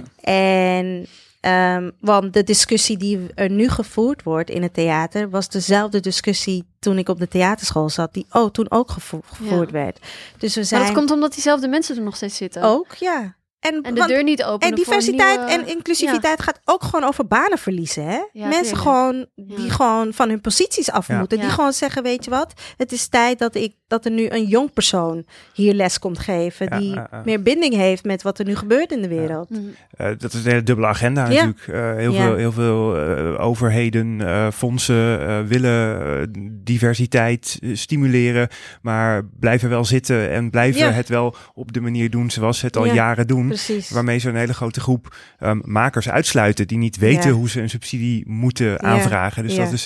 En want de discussie die er nu gevoerd wordt in het theater was dezelfde discussie toen ik op de theaterschool zat, die toen ook gevoerd werd. Dus Maar dat komt omdat diezelfde mensen er nog steeds zitten. Ook, ja. En de deur niet openen. En diversiteit en inclusiviteit gaat ook gewoon over banen verliezen. Hè? Ja, mensen die gewoon van hun posities af moeten. Die gewoon zeggen, weet je wat? Het is tijd dat er nu een jong persoon hier les komt geven. Die meer binding heeft met wat er nu gebeurt in de wereld. Dat is een hele dubbele agenda natuurlijk. Heel veel overheden, fondsen willen diversiteit stimuleren. Maar blijven wel zitten en blijven het wel op de manier doen zoals ze het al jaren doen. Precies. Waarmee ze een hele grote groep makers uitsluiten die niet weten hoe ze een subsidie moeten aanvragen. Dus dat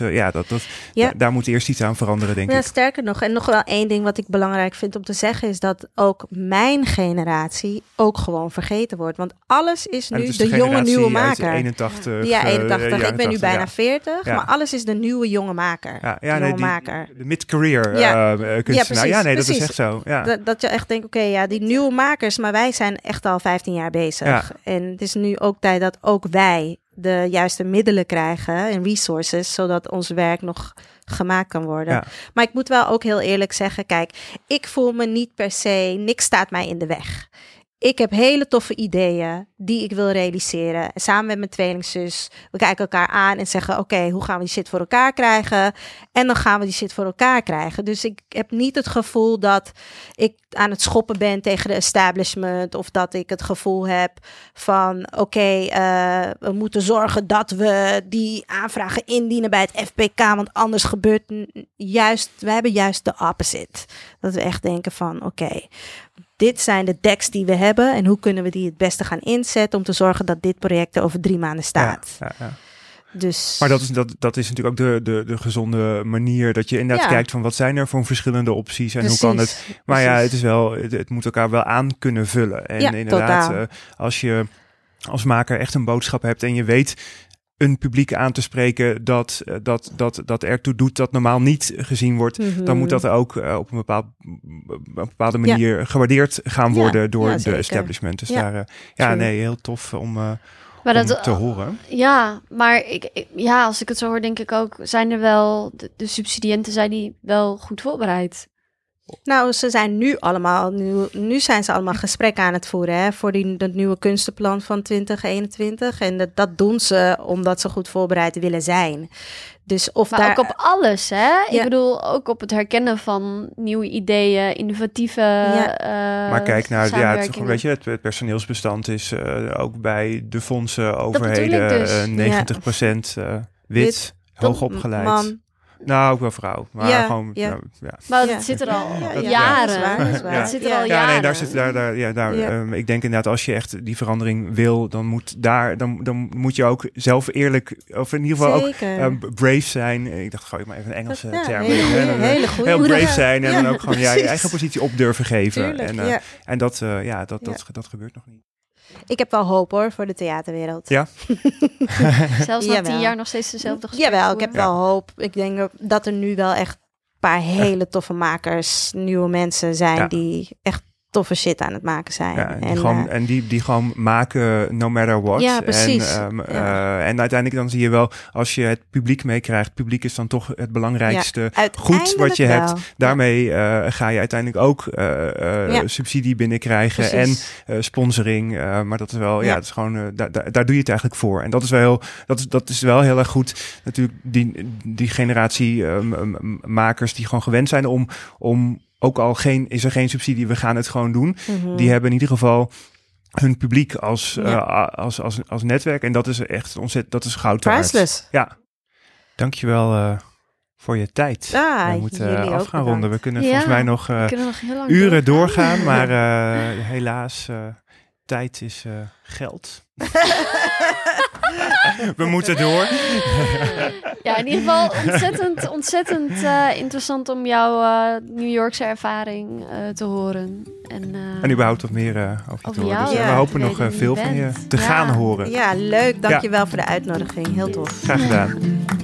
is daar moet eerst iets aan veranderen, denk ik. Sterker nog, en nog wel één ding wat ik belangrijk vind om te zeggen, is dat ook mijn generatie ook gewoon vergeten wordt. Want alles is nu de jonge nieuwe maker. 81. Ja, 81. Ik ben nu bijna 40, maar alles is de nieuwe jonge maker. De mid-career kunstenaar. Ja, nee, dat is echt zo. Ja. Dat je echt denkt, die nieuwe makers, maar wij zijn echt al 15 jaar bezig. Ja. En het is nu ook tijd dat ook wij de juiste middelen krijgen en resources, zodat ons werk nog gemaakt kan worden. Ja. Maar ik moet wel ook heel eerlijk zeggen, kijk, ik voel me niet per se, niks staat mij in de weg. Ik heb hele toffe ideeën die ik wil realiseren. Samen met mijn tweelingzus. We kijken elkaar aan en zeggen, oké, hoe gaan we die shit voor elkaar krijgen? En dan gaan we die shit voor elkaar krijgen. Dus ik heb niet het gevoel dat ik aan het schoppen ben tegen de establishment. Of dat ik het gevoel heb van, we moeten zorgen dat we die aanvragen indienen bij het FPK. Want anders gebeurt we hebben juist de opposite. Dat we echt denken van, dit zijn de decks die we hebben en hoe kunnen we die het beste gaan inzetten om te zorgen dat dit project er over 3 maanden staat. Ja. Dus... Maar dat is natuurlijk ook de gezonde manier dat je inderdaad kijkt van wat zijn er voor verschillende opties en hoe kan het. Maar het is wel, het moet elkaar wel aan kunnen vullen. En inderdaad, als je als maker echt een boodschap hebt en je weet een publiek aan te spreken dat ertoe doet dat normaal niet gezien wordt, dan moet dat ook op een bepaalde manier gewaardeerd gaan worden door de establishment. Dus heel tof om te horen. Ja, maar als ik het zo hoor, denk ik ook, zijn er wel, de subsidiënten zijn die wel goed voorbereid? Nou, ze zijn nu zijn ze allemaal gesprekken aan het voeren voor dat nieuwe kunstenplan van 2021. En dat doen ze omdat ze goed voorbereid willen zijn. Dus maar ook op alles, hè? Ja. Ik bedoel, ook op het herkennen van nieuwe ideeën, innovatieve maar kijk naar het personeelsbestand is ook bij de fondsen, overheden, dus. 90% wit, hoogopgeleid. Man. Nou, ook wel vrouw. Maar gewoon... Maar dat zit er al jaren. Dat zit er al jaren. Nee, ik denk inderdaad, als je echt die verandering wil, dan moet je ook zelf eerlijk, of in ieder geval ook brave zijn. Ik dacht, gooi maar even een Engelse term. Hele goede. Heel brave zijn en dan ook gewoon je eigen positie op durven geven. En dat gebeurt nog niet. Ik heb wel hoop hoor, voor de theaterwereld. Ja? Zelfs na 10 jaar nog steeds dezelfde gesprekken. Jawel, ik heb wel hoop. Ik denk dat er nu wel echt een paar hele toffe makers, nieuwe mensen zijn die echt toffe shit aan het maken zijn. En die gewoon maken no matter what. Ja, precies. En uiteindelijk dan zie je wel, als je het publiek meekrijgt, publiek is dan toch het belangrijkste goed wat je hebt. Daarmee ga je uiteindelijk ook subsidie binnenkrijgen en sponsoring. Maar dat is wel, het is gewoon, daar doe je het eigenlijk voor. En dat is wel heel erg goed. Natuurlijk die generatie makers die gewoon gewend zijn om ook al is er geen subsidie, we gaan het gewoon doen. Mm-hmm. Die hebben in ieder geval hun publiek als netwerk. En dat is echt ontzettend, dat is goud waard. Priceless. Ja. Dankjewel voor je tijd. We moeten af gaan ronden. We kunnen volgens mij nog uren doorgaan. Maar helaas, tijd is geld. We moeten door. Ja, in ieder geval ontzettend interessant om jouw New Yorkse ervaring te horen. En überhaupt wat meer over te horen. Jou, dus we hopen nog veel van je te gaan horen. Ja, leuk. Dankjewel voor de uitnodiging. Heel tof. Graag gedaan.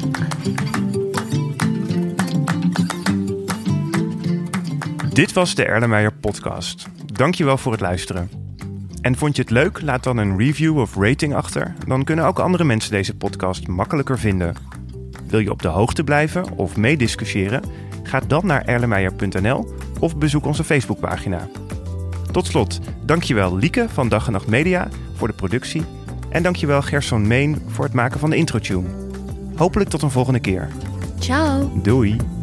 Dit was de Erlenmeyer podcast. Dankjewel voor het luisteren. En vond je het leuk? Laat dan een review of rating achter. Dan kunnen ook andere mensen deze podcast makkelijker vinden. Wil je op de hoogte blijven of meediscussiëren? Ga dan naar erlenmeyer.nl of bezoek onze Facebookpagina. Tot slot, dankjewel Lieke van Dag en Nacht Media voor de productie. En dankjewel Gerson Meen voor het maken van de introtune. Hopelijk tot een volgende keer. Ciao. Doei.